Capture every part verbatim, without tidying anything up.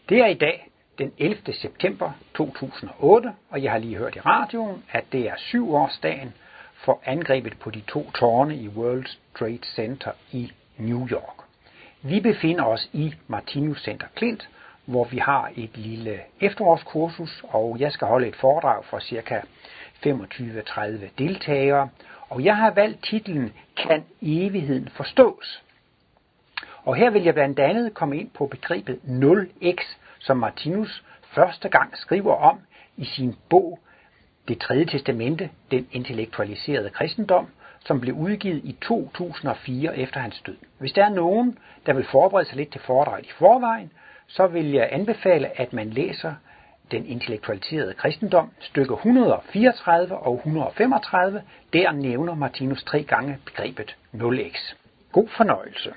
Det er i dag den ellevte september to tusind og otte, og jeg har lige hørt i radioen, at det er syvårsdagen for angrebet på de to tårne i World Trade Center i New York. Vi befinder os i Martinus Center Klint, hvor vi har et lille efterårskursus, og jeg skal holde et foredrag for ca. femogtyve til tredive deltagere, og jeg har valgt titlen Kan evigheden forstås? Og her vil jeg blandt andet komme ind på begrebet nul x, som Martinus første gang skriver om i sin bog Det tredje testamente, den intellektualiserede kristendom, som blev udgivet i to tusind og fire efter hans død. Hvis der er nogen, der vil forberede sig lidt til foredraget i forvejen, så vil jeg anbefale, at man læser Den intellektualiserede kristendom, stykker et hundrede og fireogtredive og et hundrede og femogtredive. Der nævner Martinus tre gange begrebet nul x. God fornøjelse.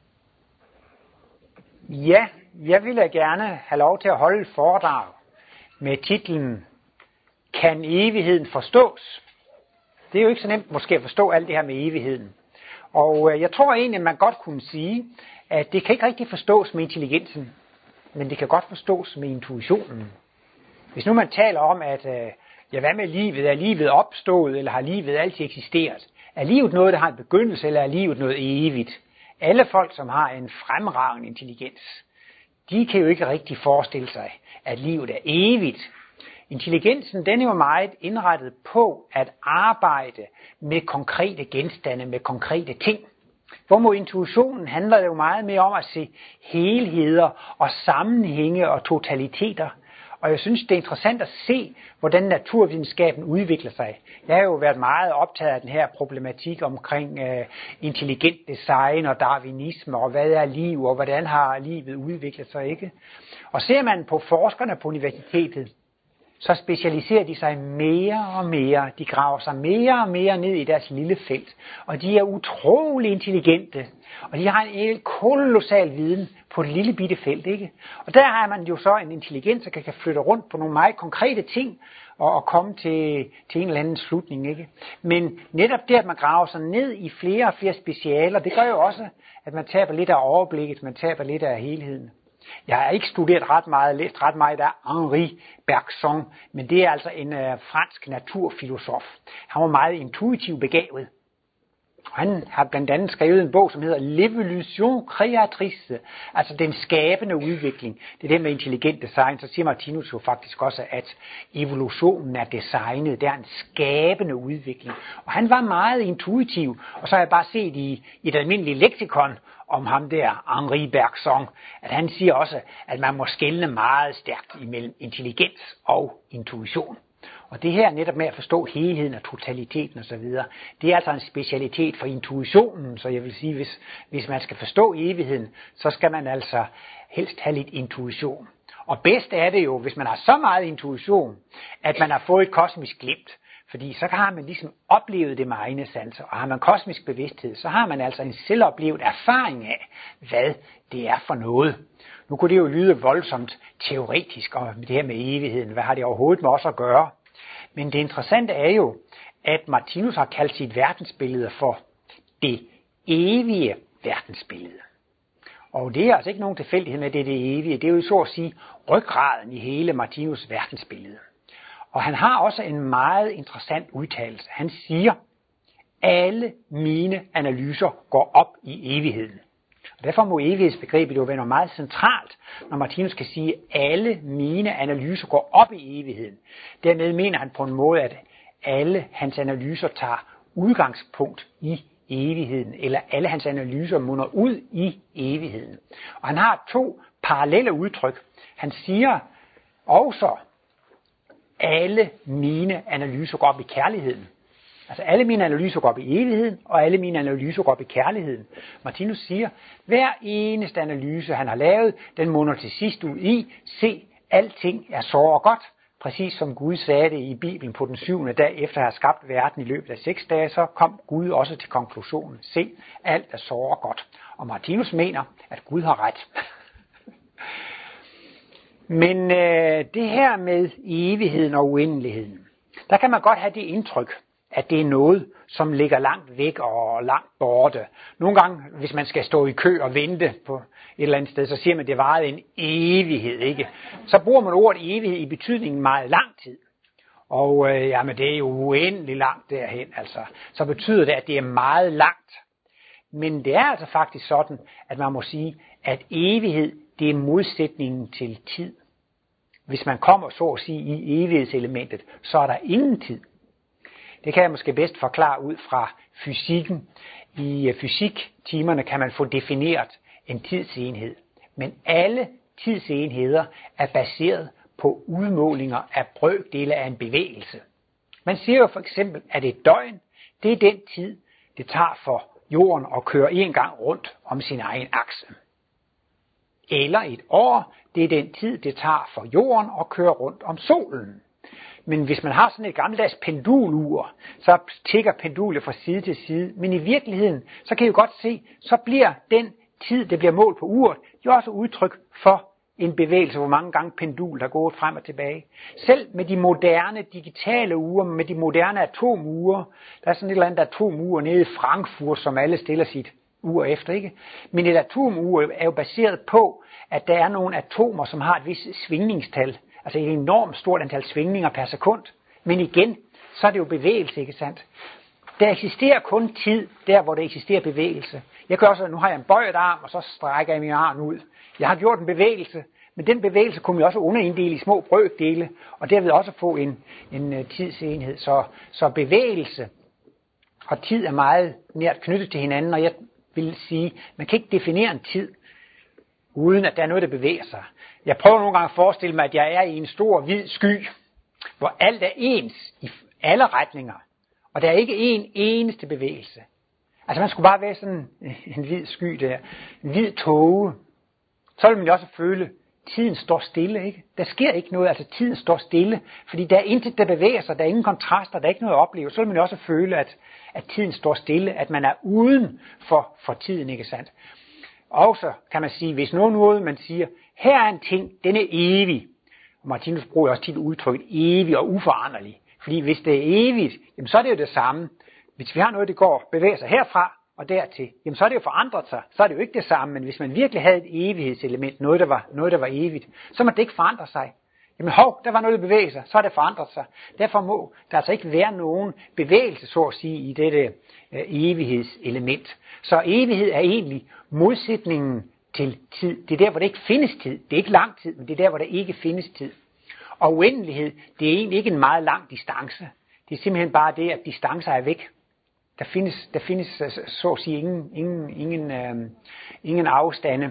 Ja, jeg ville gerne have lov til at holde et foredrag med titlen Kan evigheden forstås? Det er jo ikke så nemt måske at forstå alt det her med evigheden. Og jeg tror egentlig, at man godt kunne sige, at det kan ikke rigtig forstås med intelligensen, men det kan godt forstås med intuitionen. Hvis nu man taler om, at ja, hvad med livet? Er livet opstået, eller har livet altid eksisteret? Er livet noget, der har en begyndelse, eller er livet noget evigt? Alle folk, som har en fremragende intelligens, de kan jo ikke rigtig forestille sig, at livet er evigt. Intelligensen, den er jo meget indrettet på at arbejde med konkrete genstande, med konkrete ting. Hvorimod intuitionen handler det jo meget mere om at se helheder og sammenhænge og totaliteter. Og jeg synes, det er interessant at se, hvordan naturvidenskaben udvikler sig. Jeg har jo været meget optaget af den her problematik omkring uh, intelligent design og darwinisme, og hvad er liv, og hvordan har livet udviklet sig, ikke? Og ser man på forskerne på universitetet, så specialiserer de sig mere og mere. De graver sig mere og mere ned i deres lille felt. Og de er utrolig intelligente. Og de har en helt kolossal viden på et lille bitte felt, ikke? Og der har man jo så en intelligens, der kan flytte rundt på nogle meget konkrete ting og, og komme til, til en eller anden slutning, ikke? Men netop det, at man graver sig ned i flere og flere specialer, det gør jo også, at man taber lidt af overblikket, man taber lidt af helheden. Jeg har ikke studeret ret meget, læst ret meget af Henri Bergson, men det er altså en øh, fransk naturfilosof. Han var meget intuitiv begavet. Han har blandt andet skrevet en bog, som hedder L'évolution créatrice, altså den skabende udvikling. Det er det med intelligent design. Så siger Martinus jo faktisk også, at evolutionen er designet. Det er en skabende udvikling. Og han var meget intuitiv, og så har jeg bare set i, i et almindeligt leksikon om ham der, Henri Bergson, at han siger også, at man må skelne meget stærkt imellem intelligens og intuition. Og det her netop med at forstå helheden og totaliteten osv., det er altså en specialitet for intuitionen, så jeg vil sige, hvis, hvis man skal forstå evigheden, så skal man altså helst have lidt intuition. Og bedst er det jo, hvis man har så meget intuition, at man har fået et kosmisk glimt, fordi så har man ligesom oplevet det med egne sanser, og har man kosmisk bevidsthed, så har man altså en selvoplevet erfaring af, hvad det er for noget. Nu kunne det jo lyde voldsomt teoretisk, og det her med evigheden, hvad har det overhovedet med os at gøre? Men det interessante er jo, at Martinus har kaldt sit verdensbillede for det evige verdensbillede. Og det er altså ikke nogen tilfældighed med, det er det evige. Det er jo så at sige ryggraden i hele Martinus verdensbillede. Og han har også en meget interessant udtalelse. Han siger, alle mine analyser går op i evigheden. Og derfor må evighedsbegrebet jo være noget meget centralt, når Martinus kan sige, at alle mine analyser går op i evigheden. Dermed mener han på en måde, at alle hans analyser tager udgangspunkt i evigheden, eller alle hans analyser munder ud i evigheden. Og han har to parallelle udtryk. Han siger også, alle mine analyser går op i kærligheden. Altså alle mine analyser går op i evigheden, og alle mine analyser går op i kærligheden. Martinus siger, hver eneste analyse, han har lavet, den munder til sidst ud i, se, alting er så og godt. Præcis som Gud sagde det i Bibelen på den syvende dag, efter at have skabt verden i løbet af seks dage, så kom Gud også til konklusionen, se, alt er så og godt. Og Martinus mener, at Gud har ret. Men øh, det her med evigheden og uendeligheden, der kan man godt have det indtryk, at det er noget, som ligger langt væk og langt borte. Nogle gange, hvis man skal stå i kø og vente på et eller andet sted, så siger man, at det varede en evighed, ikke? Så bruger man ordet evighed i betydningen meget lang tid. Og øh, jamen, det er jo uendelig langt derhen, altså. Så betyder det, at det er meget langt. Men det er altså faktisk sådan, at man må sige, at evighed, det er modsætningen til tid. Hvis man kommer, så at sige, i evighedselementet, så er der ingen tid. Det kan jeg måske bedst forklare ud fra fysikken. I fysiktimerne kan man få defineret en tidsenhed. Men alle tidsenheder er baseret på udmålinger af brøkdele af en bevægelse. Man siger jo for eksempel, at et døgn, det er den tid, det tager for jorden at køre en gang rundt om sin egen akse. Eller et år, det er den tid, det tager for jorden at køre rundt om solen. Men hvis man har sådan et gammeldags pendulur, så tikker pendulet fra side til side. Men i virkeligheden, så kan I jo godt se, så bliver den tid, det bliver målt på uret, jo også udtryk for en bevægelse, hvor mange gange pendul der går frem og tilbage. Selv med de moderne digitale ure, med de moderne atomure, der er sådan et eller andet atomur nede i Frankfurt, som alle stiller sit ur efter, ikke? Men et atomur er jo baseret på, at der er nogle atomer, som har et vist svingningstal, altså et enormt stort antal svingninger per sekund. Men igen, så er det jo bevægelse, ikke sandt? Der eksisterer kun tid, der hvor der eksisterer bevægelse. Jeg kan også, nu har jeg en bøjet arm, og så strækker jeg min arm ud. Jeg har gjort en bevægelse, men den bevægelse kunne jeg også underinddele i små brøkdele, og derved også få en, en tidsenhed. Så, så bevægelse og tid er meget nært knyttet til hinanden, og jeg vil sige, man kan ikke definere en tid, uden at der er noget, der bevæger sig. Jeg prøver nogle gange at forestille mig, at jeg er i en stor hvid sky, hvor alt er ens i alle retninger, og der er ikke en eneste bevægelse. Altså man skulle bare være sådan en hvid sky der, en hvid tåge. Så vil man jo også føle, at tiden står stille, ikke? Der sker ikke noget, altså tiden står stille, fordi der er intet, der bevæger sig, der er ingen kontraster, der er ikke noget at opleve. Så vil man jo også føle, at, at tiden står stille, at man er uden for, for tiden, ikke sandt? Og så kan man sige, hvis nogen noget, man siger, her er en ting, den er evig. Og Martinus bruger også tit udtrykket evig og uforanderlig. Fordi hvis det er evigt, jamen så er det jo det samme. Hvis vi har noget, der går, bevæger sig herfra og dertil, jamen så er det jo forandret sig. Så er det jo ikke det samme, men hvis man virkelig havde et evighedselement, noget der var, noget, der var evigt, så må det ikke forandre sig. Jamen hov, der var noget, der bevæger sig, så er det forandret sig. Derfor må der altså ikke være nogen bevægelse, så at sige, i dette øh, evighedselement. Så evighed er egentlig modsætningen til tid. Det er der, hvor det ikke findes tid. Det er ikke lang tid, men det er der, hvor der ikke findes tid. Og uendelighed, det er egentlig ikke en meget lang distance. Det er simpelthen bare det, at distancer er væk. Der findes, der findes så at sige, ingen, ingen, ingen, øh, ingen afstande.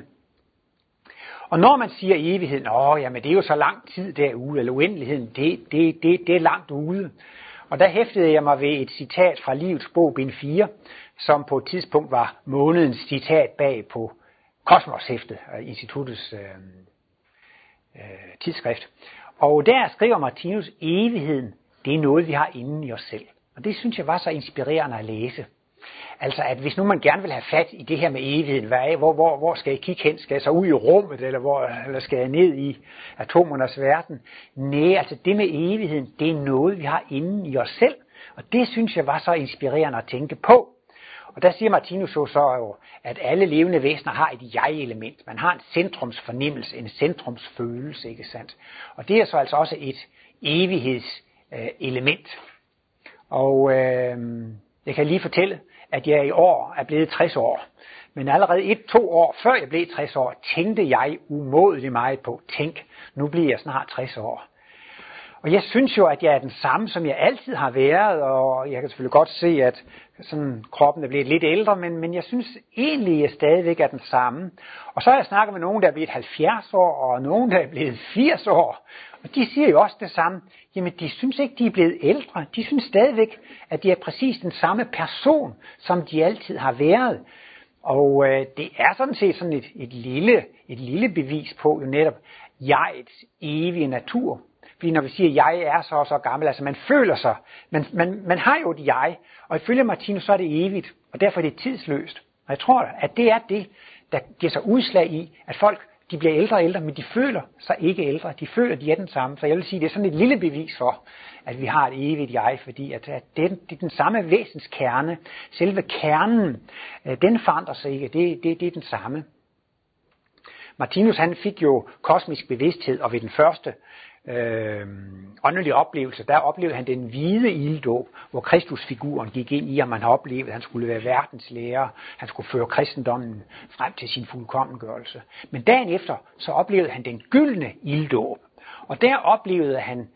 Og når man siger evigheden, åh, jamen det er jo så lang tid derude, eller uendeligheden, det, det, det, det er langt ude. Og der hæftede jeg mig ved et citat fra Livets bog, bind fire, som på et tidspunkt var månedens citat bag på Kosmos-hæftet, instituttets øh, øh, tidsskrift. Og der skriver Martinus, evigheden, det er noget, vi har inde i os selv. Og det synes jeg var så inspirerende at læse. Altså, at hvis nu man gerne vil have fat i det her med evigheden, hvad er, hvor, hvor, hvor skal jeg kigge hen? Skal jeg så ud i rummet, eller, hvor, eller skal jeg ned i atomernes verden? Nej, altså det med evigheden, det er noget, vi har inde i os selv. Og det synes jeg var så inspirerende at tænke på. Og der siger Martinus så, så jo, at alle levende væsener har et jeg-element. Man har en centrumsfornemmelse, en centrumsfølelse, ikke sandt? Og det er så altså også et evighedselement. Og øh, jeg kan lige fortælle, at jeg i år er blevet tres år. Men allerede et, to år før jeg blev tres år, tænkte jeg umådeligt meget på, tænk, nu bliver jeg snart tres år. Og jeg synes jo, at jeg er den samme, som jeg altid har været, og jeg kan selvfølgelig godt se, at sådan, kroppen er blevet lidt ældre, men, men jeg synes egentlig, at jeg stadigvæk er den samme. Og så har jeg snakket med nogen, der er blevet halvfjerds år, og nogen, der er blevet firs år. Og de siger jo også det samme. Jamen, de synes ikke, de er blevet ældre. De synes stadigvæk, at de er præcis den samme person, som de altid har været. Og øh, det er sådan set sådan et, et, lille, et lille bevis på jo netop jegets evige natur. Fordi når vi siger, at jeg er så og så gammel, altså man føler sig, man, man, man har jo et jeg, og ifølge Martinus så er det evigt, og derfor er det tidsløst. Og jeg tror, at det er det, der giver sig udslag i, at folk De bliver ældre og ældre, men de føler sig ikke ældre. De føler, de er den samme. Så jeg vil sige, det er sådan et lille bevis for, at vi har et evigt jeg, fordi at, at det, det er den samme væsenskerne. Selve kernen, den forandrer sig ikke. Det, det, det er den samme. Martinus, han fik jo kosmisk bevidsthed, og ved den første øh, åndelige oplevelse, der oplevede han den hvide ilddåb, hvor Kristusfiguren gik ind i, og man har oplevet, at han skulle være verdenslærer, han skulle føre kristendommen frem til sin fuldkommengørelse. Men dagen efter, så oplevede han den gyldne ilddåb, og der oplevede han,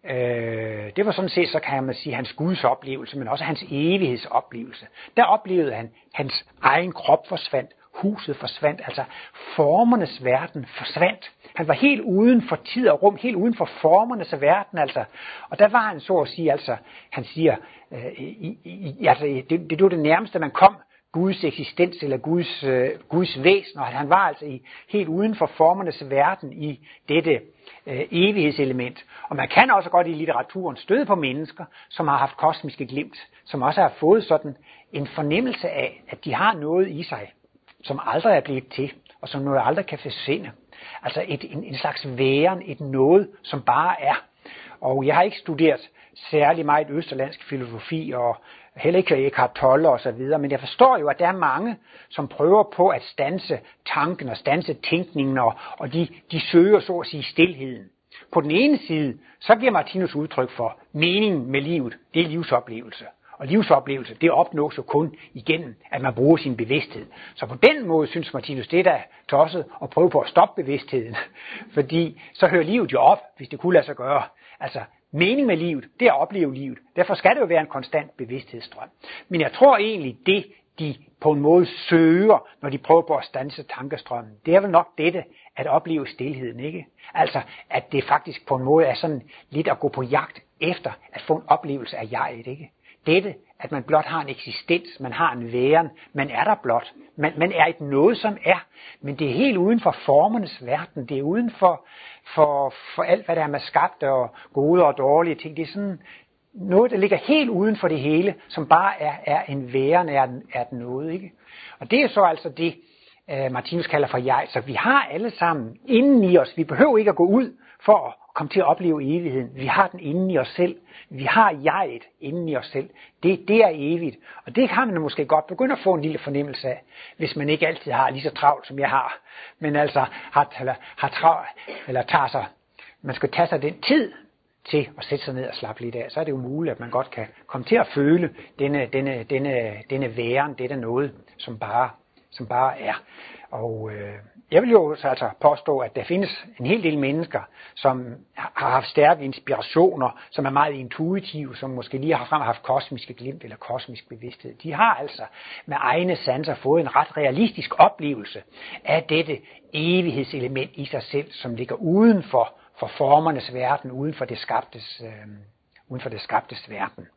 øh, det var sådan set, så kan man sige, hans Guds oplevelse, men også hans evighedsoplevelse. Der oplevede han, hans egen krop forsvandt, huset forsvandt, altså formernes verden forsvandt. Han var helt uden for tid og rum, helt uden for formernes verden, altså. Og der var han så at sige, altså, han siger, øh, i, i, altså, det, det var det nærmeste, man kom Guds eksistens eller Guds, øh, Guds væsen, og han var altså i, helt uden for formernes verden i dette øh, evighedselement. Og man kan også godt i litteraturen støde på mennesker, som har haft kosmiske glimt, som også har fået sådan en fornemmelse af, at de har noget i sig, som aldrig er blevet til, og som noget aldrig kan forsvinde. Altså et, en, en slags væren, et noget, som bare er. Og jeg har ikke studeret særlig meget østerlandsk filosofi, og heller ikke Eckhart Tolle og så videre, men jeg forstår jo, at der er mange, som prøver på at standse tanken og standse tænkningen, og, og de, de søger så at sige stilheden. På den ene side, så giver Martinus udtryk for meningen med livet, det er livsoplevelse. Og livsoplevelse, det opnås jo kun igennem, at man bruger sin bevidsthed. Så på den måde synes Martinus, det er da tosset at prøve på at stoppe bevidstheden. Fordi så hører livet jo op, hvis det kunne lade sig gøre. Altså, mening med livet, det er at opleve livet. Derfor skal det jo være en konstant bevidsthedsstrøm. Men jeg tror egentlig, det de på en måde søger, når de prøver på at standse tankestrømmen, det er vel nok dette, at opleve stilheden, ikke? Altså, at det faktisk på en måde er sådan lidt at gå på jagt efter at få en oplevelse af jeget, ikke? Dette, at man blot har en eksistens, man har en væren, man er der blot. Man, man er et noget, som er, men det er helt uden for formernes verden, det er uden for, for, for alt, hvad der er med skabte og gode og dårlige ting. Det er sådan noget, der ligger helt uden for det hele, som bare er, er en væren, er, er et noget, ikke? Og det er så altså det, uh, Martinus kalder for jeg. Så vi har alle sammen inden i os, vi behøver ikke at gå ud for at komme til at opleve evigheden. Vi har den inde i os selv. Vi har jeget inde i os selv. Det, det er evigt. Og det kan man måske godt begynde at få en lille fornemmelse af, hvis man ikke altid har lige så travlt, som jeg har. Men altså har, eller, har travlt, eller tager sig, man skal tage sig den tid til at sætte sig ned og slappe lidt af. Så er det jo muligt, at man godt kan komme til at føle denne, denne, denne, denne væren, dette noget, som bare, som bare er. Og øh, jeg vil jo så altså påstå, at der findes en hel del mennesker, som har haft stærke inspirationer, som er meget intuitive, som måske lige har haft kosmiske glimt eller kosmisk bevidsthed. De har altså med egne sanser fået en ret realistisk oplevelse af dette evighedselement i sig selv, som ligger uden for, for formernes verden, uden for det skabtes, øh, uden for det skabtes verden.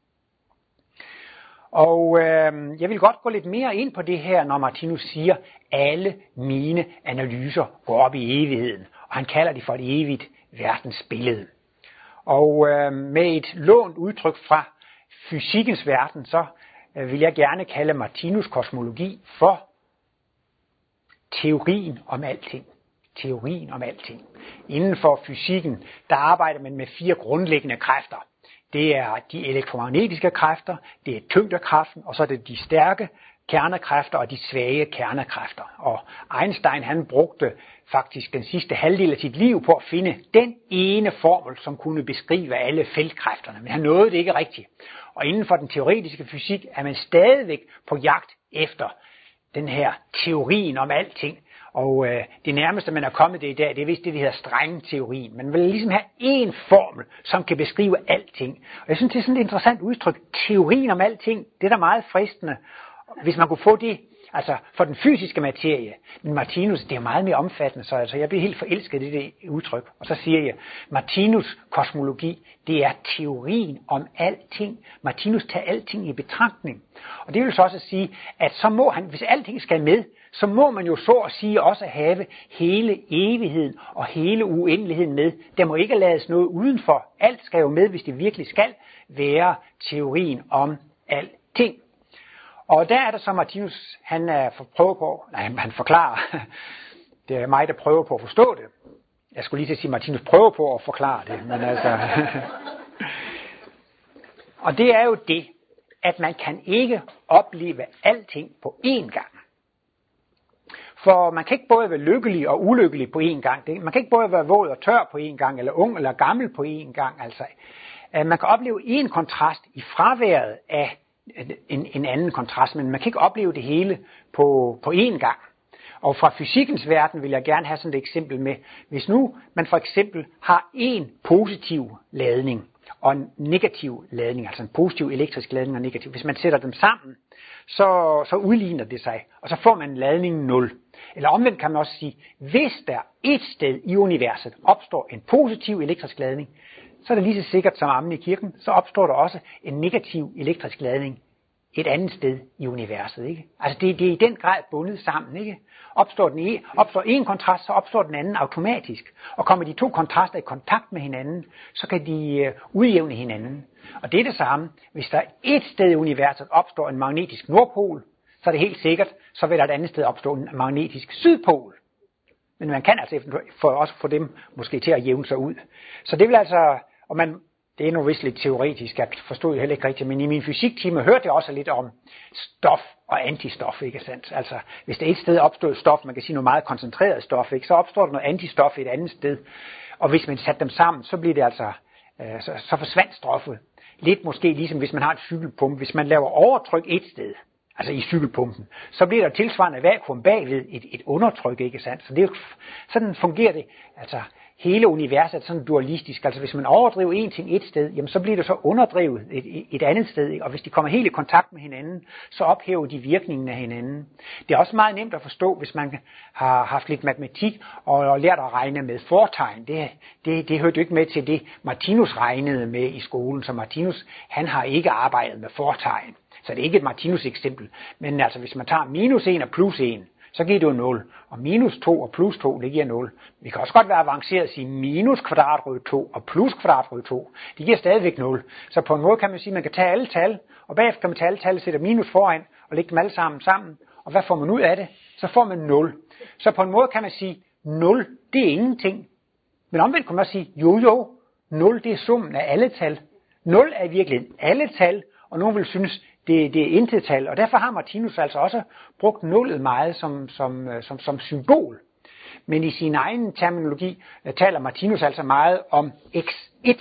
Og øh, jeg vil godt gå lidt mere ind på det her, når Martinus siger, alle mine analyser går op i evigheden. Og han kalder det for et evigt verdensbillede. Og øh, med et lånt udtryk fra fysikkens verden, så øh, vil jeg gerne kalde Martinus kosmologi for teorien om alting. Teorien om alting. Inden for fysikken, der arbejder man med fire grundlæggende kræfter. Det er de elektromagnetiske kræfter, det er tyngdekraften, og så er det de stærke kernekræfter og de svage kernekræfter. Og Einstein, han brugte faktisk den sidste halvdel af sit liv på at finde den ene formel, som kunne beskrive alle feltkræfterne, men han nåede det ikke rigtigt. Og inden for den teoretiske fysik er man stadigvæk på jagt efter den her teorien om alting. Og øh, det nærmeste, man er kommet det i dag, det er vist det, vi hedder strengteorien. Man vil ligesom have én formel, som kan beskrive alting. Og jeg synes, det er sådan et interessant udtryk. Teorien om alting, det er da meget fristende, hvis man kunne få det, altså for den fysiske materie. Men Martinus, det er meget mere omfattende, så altså, jeg bliver helt forelsket i det udtryk. Og så siger jeg, Martinus kosmologi, det er teorien om alting. Martinus tager alting i betragtning. Og det vil så også sige, at så må han, hvis alting skal med, så må man jo så at sige også have hele evigheden og hele uendeligheden med. Der må ikke lades noget udenfor. Alt skal jo med, hvis det virkelig skal være teorien om alting. Og der er der så Martinus, han er for prøve på, nej, han forklarer, det er mig, der prøver på at forstå det. Jeg skulle lige til at sige, at Martinus prøver på at forklare det, men altså... Og det er jo det, at man kan ikke opleve alting på én gang. For man kan ikke både være lykkelig og ulykkelig på én gang. Man kan ikke både være våd og tør på én gang, eller ung eller gammel på én gang. Altså, man kan opleve en kontrast i fraværet af en, en anden kontrast, men man kan ikke opleve det hele på, på én gang. Og fra fysikkens verden vil jeg gerne have sådan et eksempel med. Hvis nu man for eksempel har en positiv ladning og en negativ ladning, altså en positiv elektrisk ladning og negativ. Hvis man sætter dem sammen, så, så udligner det sig, og så får man ladningen nul. Eller omvendt kan man også sige, hvis der et sted i universet opstår en positiv elektrisk ladning, så er det lige så sikkert som ammen i kirken, så opstår der også en negativ elektrisk ladning et andet sted i universet. Ikke? Altså det, det er i den grad bundet sammen. Ikke? Opstår, den e, opstår en kontrast, så opstår den anden automatisk. Og kommer de to kontraster i kontakt med hinanden, så kan de uh, udjævne hinanden. Og det er det samme. Hvis der et sted i universet opstår en magnetisk nordpol, så er det helt sikkert, så vil der et andet sted opstå en magnetisk sydpol. Men man kan altså for, også få dem måske til at jævne sig ud. Så det vil altså, og man, det er nu vist lidt teoretisk, jeg forstod jo heller ikke rigtigt, men i min fysiktime hørte jeg også lidt om stof og antistof, ikke sandt? Altså, hvis der et sted opstår et stof, man kan sige noget meget koncentreret stof, ikke? Så opstår der noget antistof et andet sted, og hvis man satte dem sammen, så bliver det altså, øh, så, så forsvandt stoffet. Lidt måske ligesom hvis man har et cykelpumpe, hvis man laver overtryk et sted, altså i cykelpumpen, så bliver der tilsvarende vakuum bagved et, et undertryk, ikke sandt? Så det er jo, sådan fungerer det, altså hele universet er sådan dualistisk, altså hvis man overdriver en ting et sted, jamen så bliver det så underdrevet et, et andet sted, ikke? Og hvis de kommer helt i kontakt med hinanden, så ophæver de virkningen af hinanden. Det er også meget nemt at forstå, hvis man har haft lidt matematik og lært at regne med fortegn. Det, det, det hørte jo ikke med til det, Martinus regnede med i skolen, så Martinus, han har ikke arbejdet med fortegn. Så det er ikke et Martinus eksempel, men altså hvis man tager minus en og plus en, så giver det jo nul. Og minus to og plus to, det giver nul. Vi kan også godt være avanceret og sige minus kvadratrod to og plus kvadratrod to. Det giver stadigvæk nul. Så på en måde kan man sige, at man kan tage alle tal, og bagefter kan man tage alle tal, sætte minus foran, og lægge dem alle sammen sammen. Og hvad får man ud af det? Så får man nul. Så på en måde kan man sige, nul, det er ingenting. Men omvendt kan man også sige, jo jo, nul det er summen af alle tal. nul er virkelig alle tal, og nogen vil synes, Det, det er intet tal, og derfor har Martinus altså også brugt nullet meget som, som, som, som symbol. Men i sin egen terminologi taler Martinus altså meget om x et.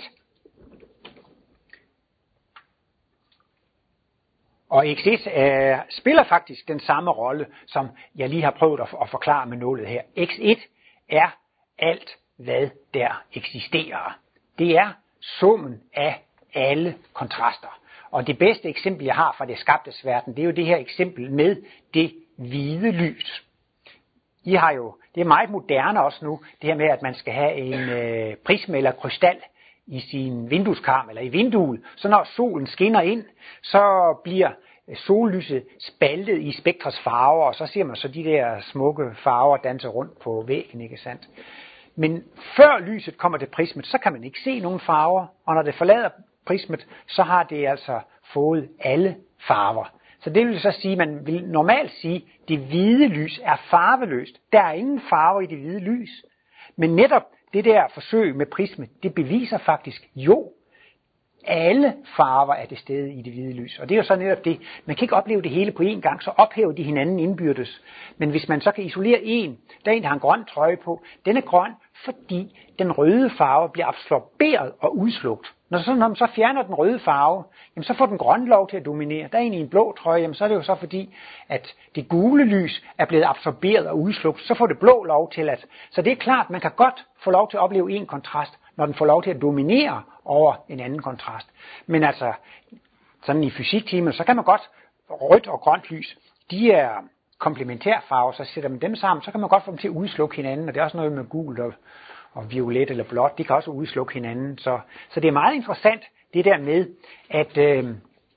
Og x et øh, spiller faktisk den samme rolle, som jeg lige har prøvet at, at forklare med nullet her. x et er alt, hvad der eksisterer. Det er summen af alle kontraster. Og det bedste eksempel, jeg har fra det skabtes verden, det er jo det her eksempel med det hvide lys. I har jo, det er meget moderne også nu, det her med, at man skal have en øh, prisme eller krystal i sin vindueskarm eller i vinduet. Så når solen skinner ind, så bliver sollyset spaltet i spektrets farver, og så ser man så de der smukke farver danse rundt på væggen, ikke sandt? Men før lyset kommer til prismet, så kan man ikke se nogen farver, og når det forlader prismet, så har det altså fået alle farver. Så det vil så sige, at man vil normalt sige, at det hvide lys er farveløst. Der er ingen farver i det hvide lys. Men netop det der forsøg med prismet, det beviser faktisk, jo, alle farver er til stede i det hvide lys. Og det er jo så netop det. Man kan ikke opleve det hele på én gang, så ophæver de hinanden indbyrdes. Men hvis man så kan isolere en, der er en, der har en grøn trøje på, den er grøn, fordi den røde farve bliver absorberet og udslugt. Når, så, når man så fjerner den røde farve, jamen så får den grønne lov til at dominere. Der er en i en blå trøje, jamen så er det jo så fordi, at det gule lys er blevet absorberet og udslugt. Så får det blå lov til at... Så det er klart, man kan godt få lov til at opleve en kontrast, når den får lov til at dominere over en anden kontrast. Men altså, sådan i fysiktimen, så kan man godt, rødt og grønt lys, de er komplementærfarver, så sætter man dem sammen, så kan man godt få dem til at udslukke hinanden, og det er også noget med gult og, og violet eller blåt, de kan også udslukke hinanden. Så, så det er meget interessant, det der med, at, øh,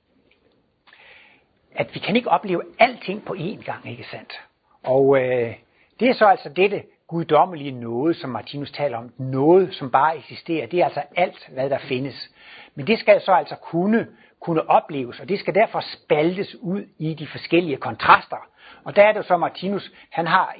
at vi kan ikke opleve alting på én gang, ikke sandt? Og øh, det er så altså dette guddommelige noget, som Martinus taler om, noget, som bare eksisterer, det er altså alt, hvad der findes. Men det skal så altså kunne, kunne opleves, og det skal derfor spaltes ud i de forskellige kontraster. Og der er det så Martinus, han har et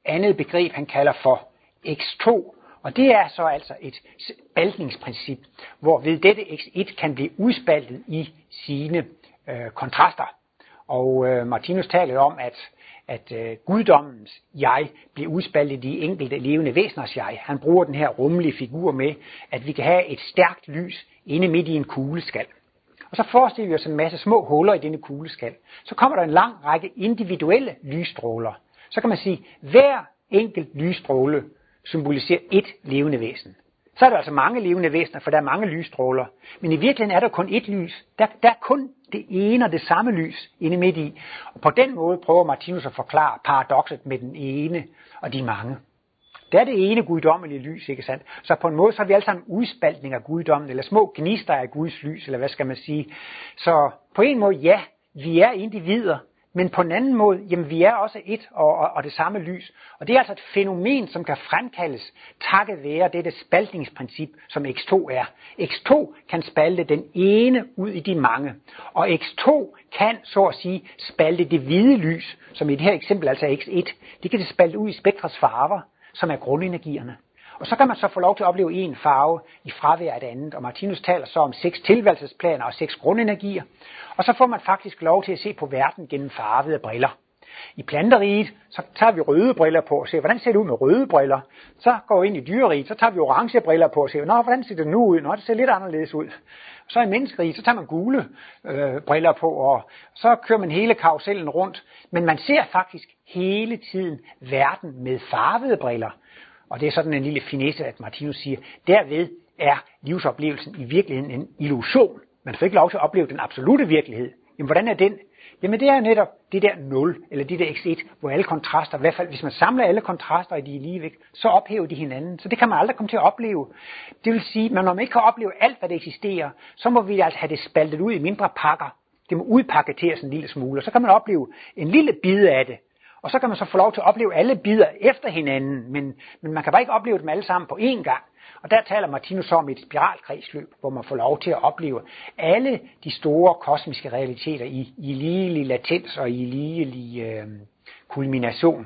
andet begreb, han kalder for x to. Og det er så altså et spaltningsprincip, hvor ved dette x et kan blive udspaltet i sine øh, kontraster. Og øh, Martinus taler om, at, at øh, guddommens jeg bliver udspaltet i enkelte levende væseners jeg. Han bruger den her rummelige figur med, at vi kan have et stærkt lys inde midt i en kugleskal. Og så forestiller vi os en masse små huller i denne kugleskal. Så kommer der en lang række individuelle lysstråler. Så kan man sige, at hver enkelt lysstråle symboliserer et levende væsen. Så er der altså mange levende væsener, for der er mange lysstråler. Men i virkeligheden er der kun et lys. Der, der er kun det ene og det samme lys inde midt i. Og på den måde prøver Martinus at forklare paradokset med den ene og de mange. Det er det ene guddommelige lys, ikke sandt? Så på en måde så har vi alle sammen udspaltning af guddommen, eller små gnister af Guds lys, eller hvad skal man sige. Så på en måde, ja, vi er individer, men på en anden måde, jamen vi er også et og, og, og det samme lys. Og det er altså et fænomen, som kan fremkaldes takket være dette spaltningsprincip, som x to er. x to kan spalte den ene ud i de mange, og x to kan, så at sige, spalte det hvide lys, som i det her eksempel altså er x et. Det kan det spalte ud i spektrets farver, som er grundenergierne. Og så kan man så få lov til at opleve en farve i fravær af det andet. Og Martinus taler så om seks tilvalgelsesplaner og seks grundenergier. Og så får man faktisk lov til at se på verden gennem farvede briller. I planteriget, så tager vi røde briller på og ser, hvordan ser det ud med røde briller. Så går vi ind i dyreriget, så tager vi orange briller på og ser, nå, hvordan ser det nu ud? Nå, det ser lidt anderledes ud. Så i menneskeriget, så tager man gule øh, briller på, og så kører man hele karusellen rundt. Men man ser faktisk hele tiden verden med farvede briller. Og det er sådan en lille finesse, at Martinus siger, derved er livsoplevelsen i virkeligheden en illusion. Man får ikke lov til at opleve den absolute virkelighed. Jamen, hvordan er den? Jamen, det er netop det der nul, eller det der x et, hvor alle kontraster, i hvert fald hvis man samler alle kontraster, og de er lige væk, så ophæver de hinanden. Så det kan man aldrig komme til at opleve. Det vil sige, at når man ikke kan opleve alt, hvad der eksisterer, så må vi altså have det spaltet ud i mindre pakker. Det må udpaketeres en lille smule, og så kan man opleve en lille bid af det. Og så kan man så få lov til at opleve alle bidder efter hinanden, men, men man kan bare ikke opleve dem alle sammen på én gang. Og der taler Martinus om et spiralkredsløb, hvor man får lov til at opleve alle de store kosmiske realiteter i, i ligelig latens og i ligelig øh, kulmination.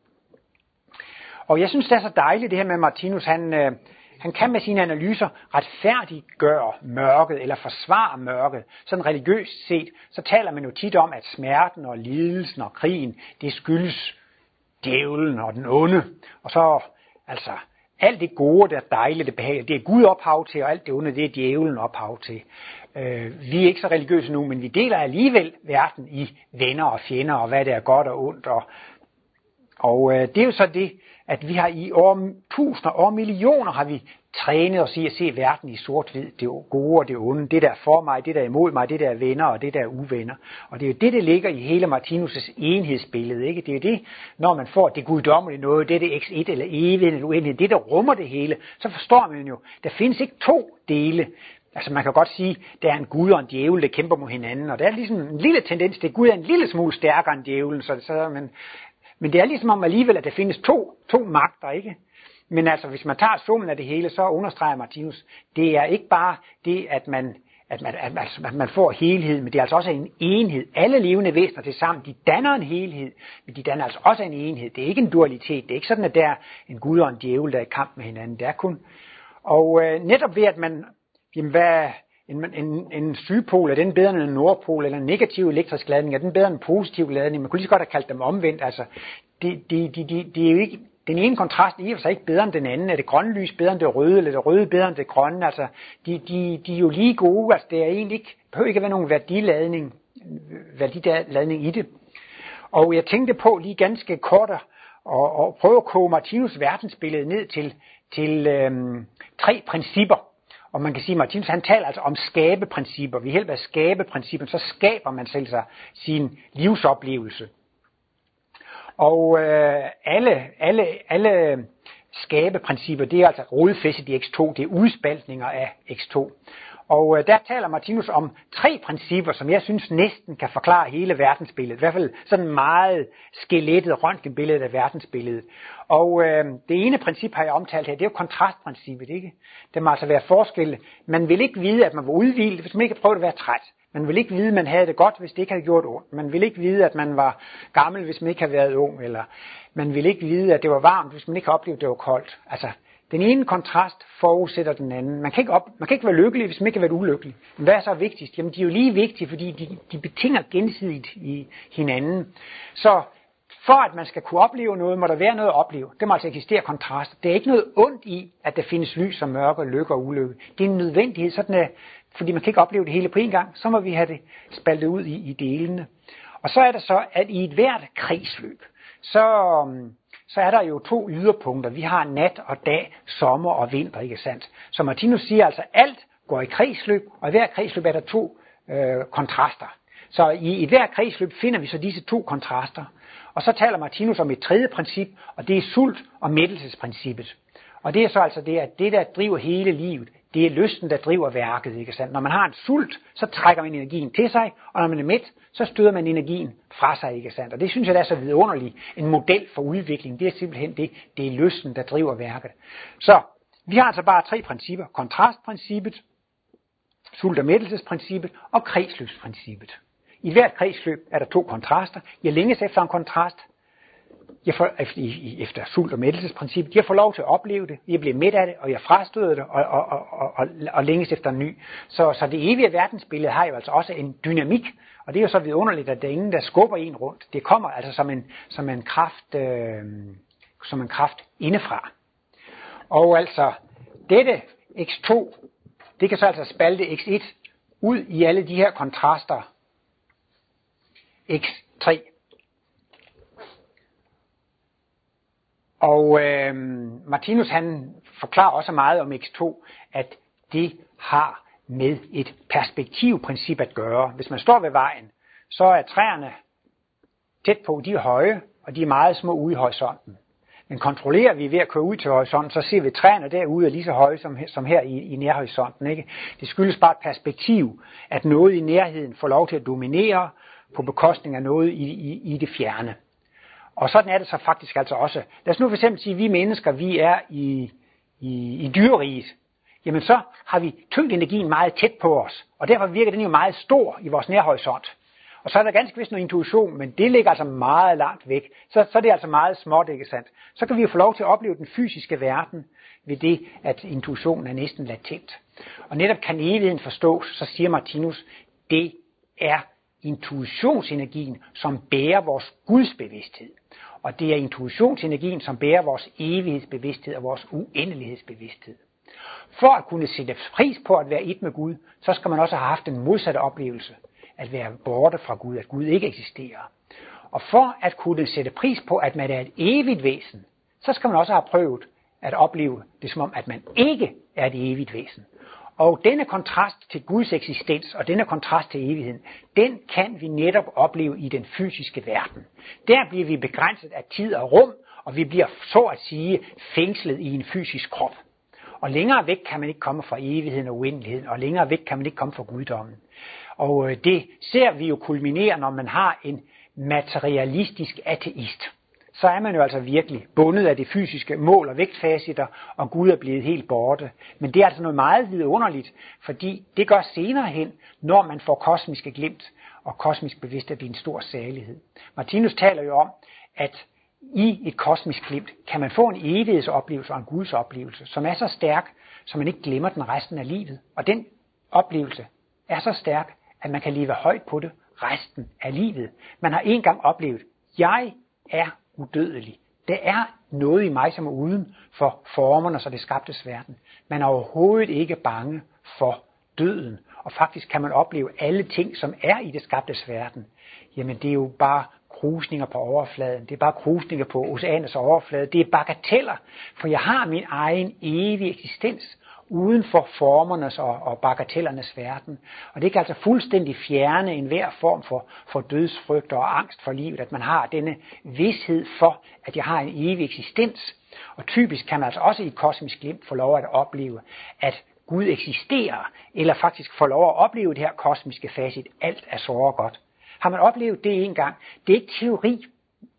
Og jeg synes, det er så dejligt det her med Martinus, han, øh, han kan med sine analyser retfærdiggøre mørket eller forsvare mørket. Sådan religiøst set, så taler man jo tit om, at smerten og lidelsen og krigen, det skyldes djævlen og den onde. Og så, altså, alt det gode, det er dejligt, det behageligt, det er Gud ophav til, og alt det onde, det er djævlen ophav til. Øh, vi er ikke så religiøse nu, men vi deler alligevel verden i venner og fjender, og hvad det er godt og ondt. Og, og øh, det er jo så det, at vi har i år tusinder, år millioner har vi trænet os i at se verden i sort-hvid, det gode og det onde, det der er for mig, det der er imod mig, det der er venner og det der er uvenner. Og det er jo det, der ligger i hele Martinus' enhedsbillede, ikke? Det er jo det, når man får det guddommelige noget, det er det x et eller evighed eller uendelighed, det der rummer det hele, så forstår man jo, der findes ikke to dele. Altså man kan godt sige, der er en Gud og en djævel, der kæmper mod hinanden, og der er ligesom en lille tendens til, at Gud er en lille smule stærkere end djævlen, så, så men, men det er ligesom om alligevel, at der findes to, to magter, ikke? Men altså, hvis man tager summen af det hele, så understreger Martinus, det er ikke bare det, at man, at man, at man, at man får helhed, men det er altså også en enhed. Alle levende væsener til sammen, de danner en helhed, men de danner altså også en enhed. Det er ikke en dualitet. Det er ikke sådan, at der er en Gud og en djævel, der er i kamp med hinanden. Det er kun. Og øh, netop ved, at man, jamen, hvad, en, en, en sydpol, er den bedre end en nordpol, eller en negativ elektrisk ladning, er den bedre end en positiv ladning. Man kunne lige så godt have kaldt dem omvendt. Altså, det de, de, de, de er jo ikke. Den ene kontrast er i og for sig ikke bedre end den anden. Er det grønne lys bedre end det røde, eller det røde bedre end det grønne? Altså, de, de, de er jo lige gode. Altså, det er egentlig ikke, behøver ikke at være nogen værdiladning, værdiladning i det. Og jeg tænkte på lige ganske kort at og prøve at koge Martinus' verdensbillede ned til, til øhm, tre principper. Og man kan sige, at Martinus han taler altså om skabeprincipper. Ved hjælp af skabeprincipper, så skaber man selv sig sin livsoplevelse. Og øh, alle, alle, alle skabeprincipper, det er altså rodfæstet i x to, det er udspaltninger af x to. Og øh, der taler Martinus om tre principper, som jeg synes næsten kan forklare hele verdensbilledet. I hvert fald sådan meget skelettet røntgenbillede af verdensbilledet. Og øh, det ene princip har jeg omtalt her, det er jo kontrastprincippet, ikke? Det må altså være forskel. Man vil ikke vide, at man var udhvilet, hvis man ikke prøver at være træt. Man vil ikke vide, at man havde det godt, hvis det ikke havde gjort ondt. Man vil ikke vide, at man var gammel, hvis man ikke havde været ung. Eller man vil ikke vide, at det var varmt, hvis man ikke havde oplevet, at det var koldt. Altså, den ene kontrast forudsætter den anden. Man kan ikke, op, man kan ikke være lykkelig, hvis man ikke har været ulykkelig. Men hvad er så vigtigst? Jamen, de er jo lige vigtige, fordi de, de betinger gensidigt i hinanden. Så for at man skal kunne opleve noget, må der være noget at opleve. Det må altså eksistere kontrast. Det er ikke noget ondt i, at der findes lys og mørke, lykke og ulykke. Det er en nødvendighed, sådan at, fordi man kan ikke opleve det hele på en gang, så må vi have det spaltet ud i, i delene. Og så er det så, at i et hvert kredsløb, så, så er der jo to yderpunkter. Vi har nat og dag, sommer og vinter, ikke sandt? Så Martinus siger altså, at alt går i kredsløb, og i hvert kredsløb er der to øh, kontraster. Så i et hvert kredsløb finder vi så disse to kontraster. Og så taler Martinus om et tredje princip, og det er sult- og mættelsesprincippet. Og det er så altså det, at det, der driver hele livet, det er lysten, der driver værket, ikke sandt? Når man har en sult, så trækker man energien til sig, og når man er mæt, så støder man energien fra sig, ikke sandt? Og det synes jeg, der er så vidunderligt en model for udvikling. Det er simpelthen det, det er lysten, der driver værket. Så vi har altså bare tre principper. Kontrastprincippet, sult- og mættelsesprincippet og kredsløbsprincippet. I hvert kredsløb er der to kontraster. Jeg længes efter en kontrast. Jeg får, efter, efter sult- og mættelsesprincippet. Jeg får lov til at opleve det. Jeg bliver mæt af det, og jeg frastøder det, og, og, og, og, og længes efter en ny. Så, så det evige verdensbillede har jo altså også en dynamik. Og det er jo så vidunderligt, at der er ingen, der skubber en rundt. Det kommer altså som en, som en kraft, øh, som en kraft indefra. Og altså, dette x to, det kan så altså spalte x et ud i alle de her kontraster x tre. Og øh, Martinus han forklarer også meget om x to, at det har med et perspektivprincip at gøre. Hvis man står ved vejen, så er træerne tæt på, de er høje, og de er meget små ude i horisonten. Men kontrollerer vi ved at køre ud til horisonten, så ser vi træerne derude er lige så høje som, som her i, i nærhorisonten. Ikke? Det skyldes bare et perspektiv, at noget i nærheden får lov til at dominere på bekostning af noget i, i, i det fjerne. Og sådan er det så faktisk altså også. Lad os nu for eksempel sige, at vi mennesker, vi er i, i, i dyreriget. Jamen så har vi tyngdenergien meget tæt på os, og derfor virker den jo meget stor i vores nærhorisont. Og så er der ganske vist noget intuition, men det ligger altså meget langt væk. Så, så er det altså meget småt, ikke sandt? Så kan vi jo få lov til at opleve den fysiske verden ved det, at intuitionen er næsten latent. Og netop kan evigheden forstås, så siger Martinus, det er intuitionsenergien, som bærer vores gudsbevidsthed. Og det er intuitionsenergien, som bærer vores evighedsbevidsthed og vores uendelighedsbevidsthed. For at kunne sætte pris på at være et med Gud, så skal man også have haft den modsatte oplevelse. At være borte fra Gud, at Gud ikke eksisterer. Og for at kunne sætte pris på, at man er et evigt væsen, så skal man også have prøvet at opleve det som om, at man ikke er et evigt væsen. Og denne kontrast til Guds eksistens, og denne kontrast til evigheden, den kan vi netop opleve i den fysiske verden. Der bliver vi begrænset af tid og rum, og vi bliver så at sige fængslet i en fysisk krop. Og længere væk kan man ikke komme fra evigheden og uendeligheden, og længere væk kan man ikke komme fra guddommen. Og det ser vi jo kulminere, når man har en materialistisk ateist. Så er man jo altså virkelig bundet af det fysiske mål og vægtfaciter, og Gud er blevet helt borte. Men det er altså noget meget vidunderligt, fordi det gør senere hen, når man får kosmiske glimt, og kosmisk bevidsthed bliver en stor salighed. Martinus taler jo om, at i et kosmisk glimt kan man få en evighedsoplevelse og en Guds oplevelse, som er så stærk, så man ikke glemmer den resten af livet. Og den oplevelse er så stærk, at man kan leve højt på det resten af livet. Man har engang oplevet, jeg er udødelig. Der er noget i mig, som er uden for formerne, så det skabtes verden. Man er overhovedet ikke bange for døden. Og faktisk kan man opleve alle ting, som er i det skabtes verden. Jamen det er jo bare krusninger på overfladen. Det er bare krusninger på oceanets overflade. Det er bagateller, for jeg har min egen evige eksistens uden for formernes og, og bagatellernes verden. Og det kan altså fuldstændig fjerne enhver form for, for dødsfrygt og angst for livet, at man har denne vidshed for, at jeg har en evig eksistens. Og typisk kan man altså også i et kosmisk glimt få lov at opleve, at Gud eksisterer, eller faktisk få lov at opleve det her kosmiske facit, alt er så godt. Har man oplevet det en gang? Det er ikke teori.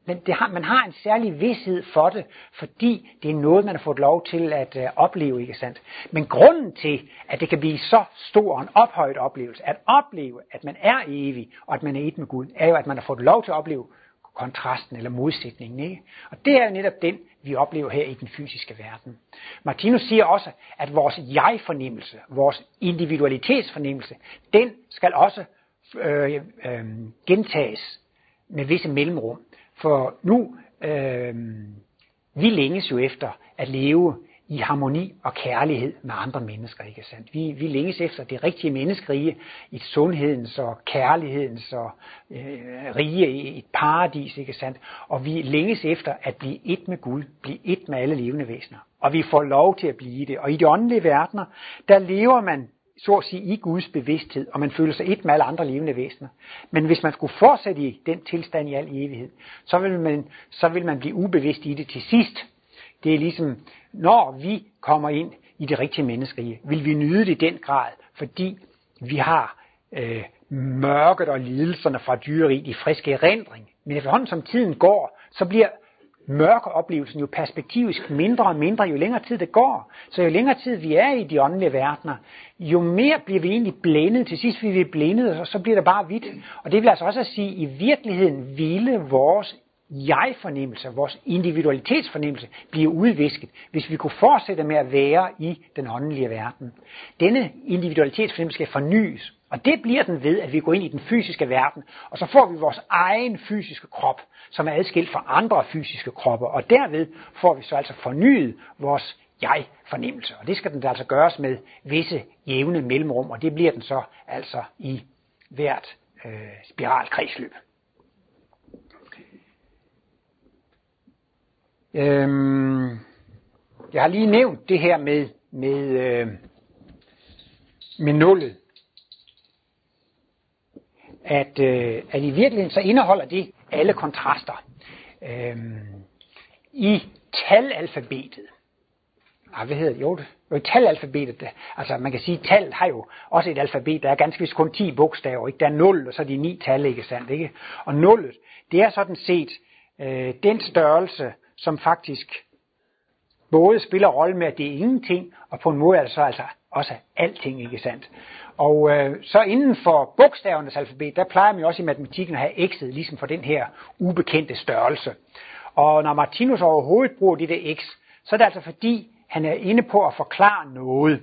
men det har, man har en særlig vidshed for det, fordi det er noget, man har fået lov til at uh, opleve, ikke sandt? Men grunden til, at det kan blive så stor en ophøjet oplevelse, at opleve, at man er evig, og at man er et med Gud, er jo, at man har fået lov til at opleve kontrasten eller modsætningen, ikke? Og det er jo netop den, vi oplever her i den fysiske verden. Martinus siger også, at vores jeg-fornemmelse, vores individualitetsfornemmelse, den skal også øh, øh, gentages med visse mellemrum. For nu, øh, vi længes jo efter at leve i harmoni og kærlighed med andre mennesker, ikke sandt? Vi, vi længes efter det rigtige menneskerige, i sundhedens og kærlighedens og øh, rige i et paradis, ikke sandt? Og vi længes efter at blive et med Gud, blive et med alle levende væsener. Og vi får lov til at blive det. Og i de åndelige verdener, der lever man så at sige i Guds bevidsthed, og man føler sig et med alle andre levende væsener. Men hvis man skulle fortsætte i den tilstand i al evighed, så vil man, så vil man blive ubevidst i det til sidst. Det er ligesom, når vi kommer ind i det rigtige menneskerige, vil vi nyde det i den grad, fordi vi har øh, mørket og lidelserne fra dyreriget i friske erindring. Men efterhånden som tiden går, så bliver mørkeoplevelsen jo perspektivisk mindre og mindre, jo længere tid det går. Så jo længere tid vi er i de åndelige verdener, jo mere bliver vi egentlig blændet. Til sidst bliver vi blændet, og så bliver det bare hvidt. Og det vil altså også at sige, at i virkeligheden ville vores jeg-fornemmelse, vores individualitetsfornemmelse blive udvisket, hvis vi kunne fortsætte med at være i den åndelige verden. Denne individualitetsfornemmelse skal fornyes, og det bliver den ved, at vi går ind i den fysiske verden, og så får vi vores egen fysiske krop, som er adskilt fra andre fysiske kropper, og derved får vi så altså fornyet vores jeg-fornemmelse, og det skal den altså gøres med visse jævne mellemrum, og det bliver den så altså i hvert øh, spiralkredsløb. Øhm, jeg har lige nævnt det her med, med, øh, med nullet. At, øh, at i virkeligheden så indeholder det alle kontraster. Øhm, I talalfabetet. Ah, hvad hedder det? Jo, det jo i talalfabetet. Altså man kan sige, at tal har jo også et alfabet. Der er ganske vist kun ti bogstaver. Ikke? Der er nul, og så er de ni tal, ikke sandt? Ikke? Og nullet, det er sådan set øh, den størrelse, som faktisk både spiller rolle med, at det er ingenting, og på en måde er det så altså også alting, ikke sandt? Og øh, så inden for bogstavernes alfabet, der plejer man jo også i matematikken at have x'et, ligesom for den her ubekendte størrelse. Og når Martinus overhovedet bruger det der x, så er det altså fordi, han er inde på at forklare noget,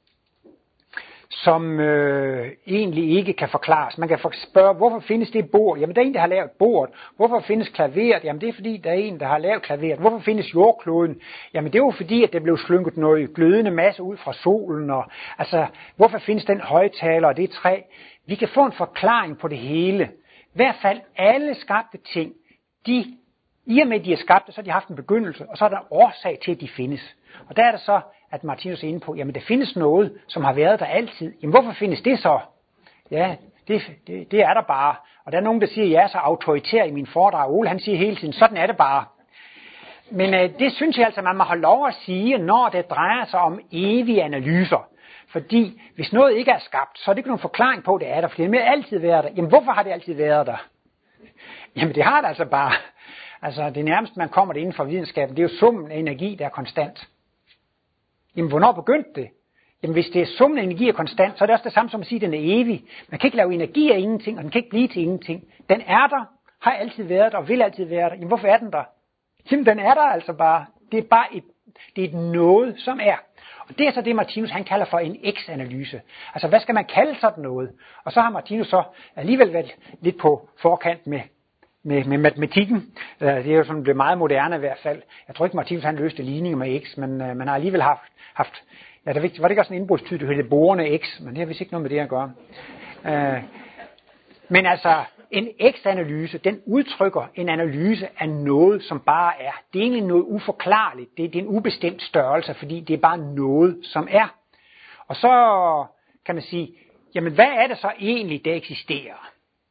som øh, egentlig ikke kan forklares. Man kan spørge, hvorfor findes det bord? Jamen, der er en, der har lavet bordet. Hvorfor findes klaveret? Jamen, det er fordi, der er en, der har lavet klaveret. Hvorfor findes jordkloden? Jamen, det er jo fordi, at der blev slynget noget glødende masse ud fra solen. Og, altså, hvorfor findes den højttaler og det træ? Vi kan få en forklaring på det hele. I hvert fald alle skabte ting, de, i og med, at de er skabte, så har de haft en begyndelse, og så er der en årsag til, at de findes. Og der er der så, at Martinus er inde på, jamen der findes noget, som har været der altid. Jamen hvorfor findes det så? Ja, det, det, det er der bare. Og der er nogen, der siger, at jeg er så autoritær i min foredrag. Ole, han siger hele tiden, sådan er det bare. Men øh, det synes jeg altså, man må have lov at sige, når det drejer sig om evige analyser. Fordi hvis noget ikke er skabt, så er det ikke nogen forklaring på, at det er der, for det har altid været der. Jamen hvorfor har det altid været der? Jamen det har det altså bare. Altså det nærmeste, man kommer det inden for videnskaben, det er jo summen af energi, der er konstant. Jamen, hvornår begyndte det? Jamen, hvis det er summen af energi er konstant, så er det også det samme som at sige, at den er evig. Man kan ikke lave energi af ingenting, og den kan ikke blive til ingenting. Den er der, har altid været der, og vil altid være der. Jamen, hvorfor er den der? Jamen, den er der altså bare. Det er bare et, det er et noget, som er. Og det er så det, Martinus han kalder for en X-analyse. Altså, hvad skal man kalde sådan noget? Og så har Martinus så alligevel været lidt på forkant med Med, med matematikken. Det er jo sådan blevet meget moderne i hvert fald. Jeg tror ikke, Martinus han løste ligninger med x, men uh, man har alligevel haft, haft ja, der var det ikke også en indbrudstyd, der hedder borerne x, men det har vist ikke noget med det at gøre. Uh, men altså, en x-analyse, den udtrykker en analyse af noget, som bare er. Det er egentlig noget uforklarligt. Det, det er en ubestemt størrelse, fordi det er bare noget, som er. Og så kan man sige, jamen hvad er det så egentlig, der eksisterer?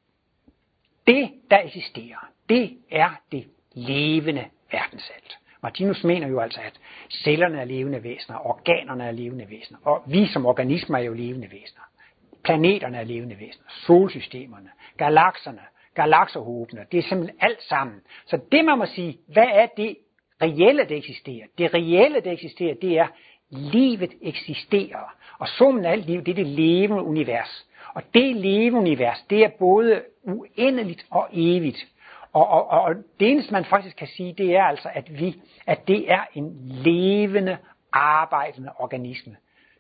Det, der eksisterer, det er det levende verdensalt. Martinus mener jo altså, at cellerne er levende væsener, organerne er levende væsener, og vi som organismer er jo levende væsener. Planeterne er levende væsener, solsystemerne, galakserne, galakserhobene. Det er simpelthen alt sammen. Så det man må sige, hvad er det reelle, der eksisterer? Det reelle, der eksisterer, det er, livet eksisterer. Og summen af alt liv, det er det levende univers. Og det levende univers, det er både uendeligt og evigt. Og, og, og det eneste, man faktisk kan sige, det er altså, at, vi, at det er en levende, arbejdende organisme.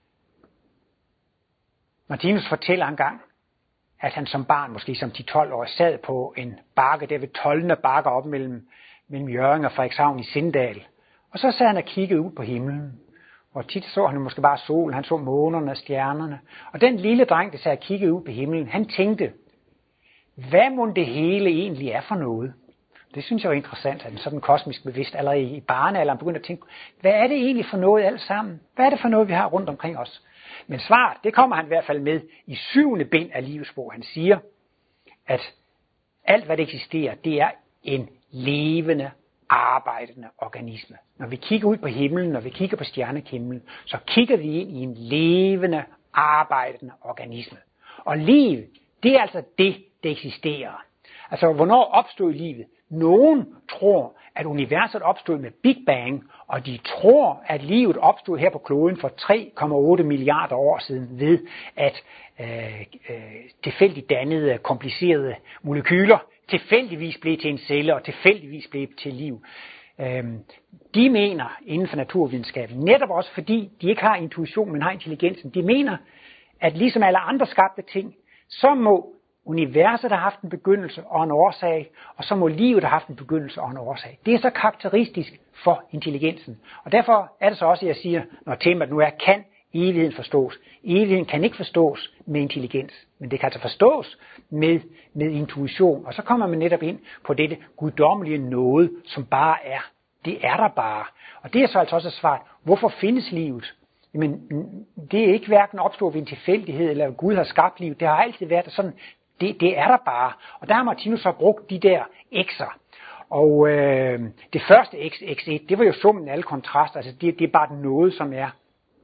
Martinus fortæller engang, at han som barn, måske som ti tolv år, sad på en bakke, der ved Toldne bakker op mellem, mellem Hjørring og Frederikshavn i Sindal. Og så sad han og kiggede ud på himlen. Og tit så han måske bare solen, han så månerne og stjernerne. Og den lille dreng, der sad og kiggede ud på himlen, han tænkte, hvad må det hele egentlig er for noget? Det synes jeg var interessant, at en sådan kosmisk bevidst allerede i barnealderen begyndte at tænke, hvad er det egentlig for noget alt sammen? Hvad er det for noget, vi har rundt omkring os? Men svaret, det kommer han i hvert fald med i syvende bind af Livets bog. Han siger, at alt hvad det eksisterer, det er en levende, arbejdende organisme. Når vi kigger ud på himlen, når vi kigger på stjernehimlen, så kigger vi ind i en levende, arbejdende organisme. Og liv, det er altså det, der eksisterer. Altså, hvornår opstod livet? Nogen tror, at universet opstod med Big Bang, og de tror, at livet opstod her på kloden for tre komma otte milliarder år siden ved, at øh, øh, tilfældigt dannede, komplicerede molekyler tilfældigvis blev til en celle, og tilfældigvis blev til liv. Øh, de mener inden for naturvidenskaben, netop også fordi de ikke har intuition, men har intelligensen, de mener, at ligesom alle andre skabte ting, så må universet have haft en begyndelse og en årsag, og så må livet have haft en begyndelse og en årsag. Det er så karakteristisk for intelligensen. Og derfor er det så også, at jeg siger, når temaet nu er, kan evigheden forstås? Evigheden kan ikke forstås med intelligens, men det kan altså forstås med, med intuition. Og så kommer man netop ind på dette guddommelige noget, som bare er. Det er der bare. Og det er så altså også svaret, hvorfor findes livet? Jamen, det er ikke hverken opstået ved en tilfældighed, eller Gud har skabt livet. Det har altid været sådan. Det, det er der bare. Og der har Martinus så brugt de der x'er. Og øh, det første x, x et, det var jo summen af alle kontraster. Altså det, det er bare noget, som er.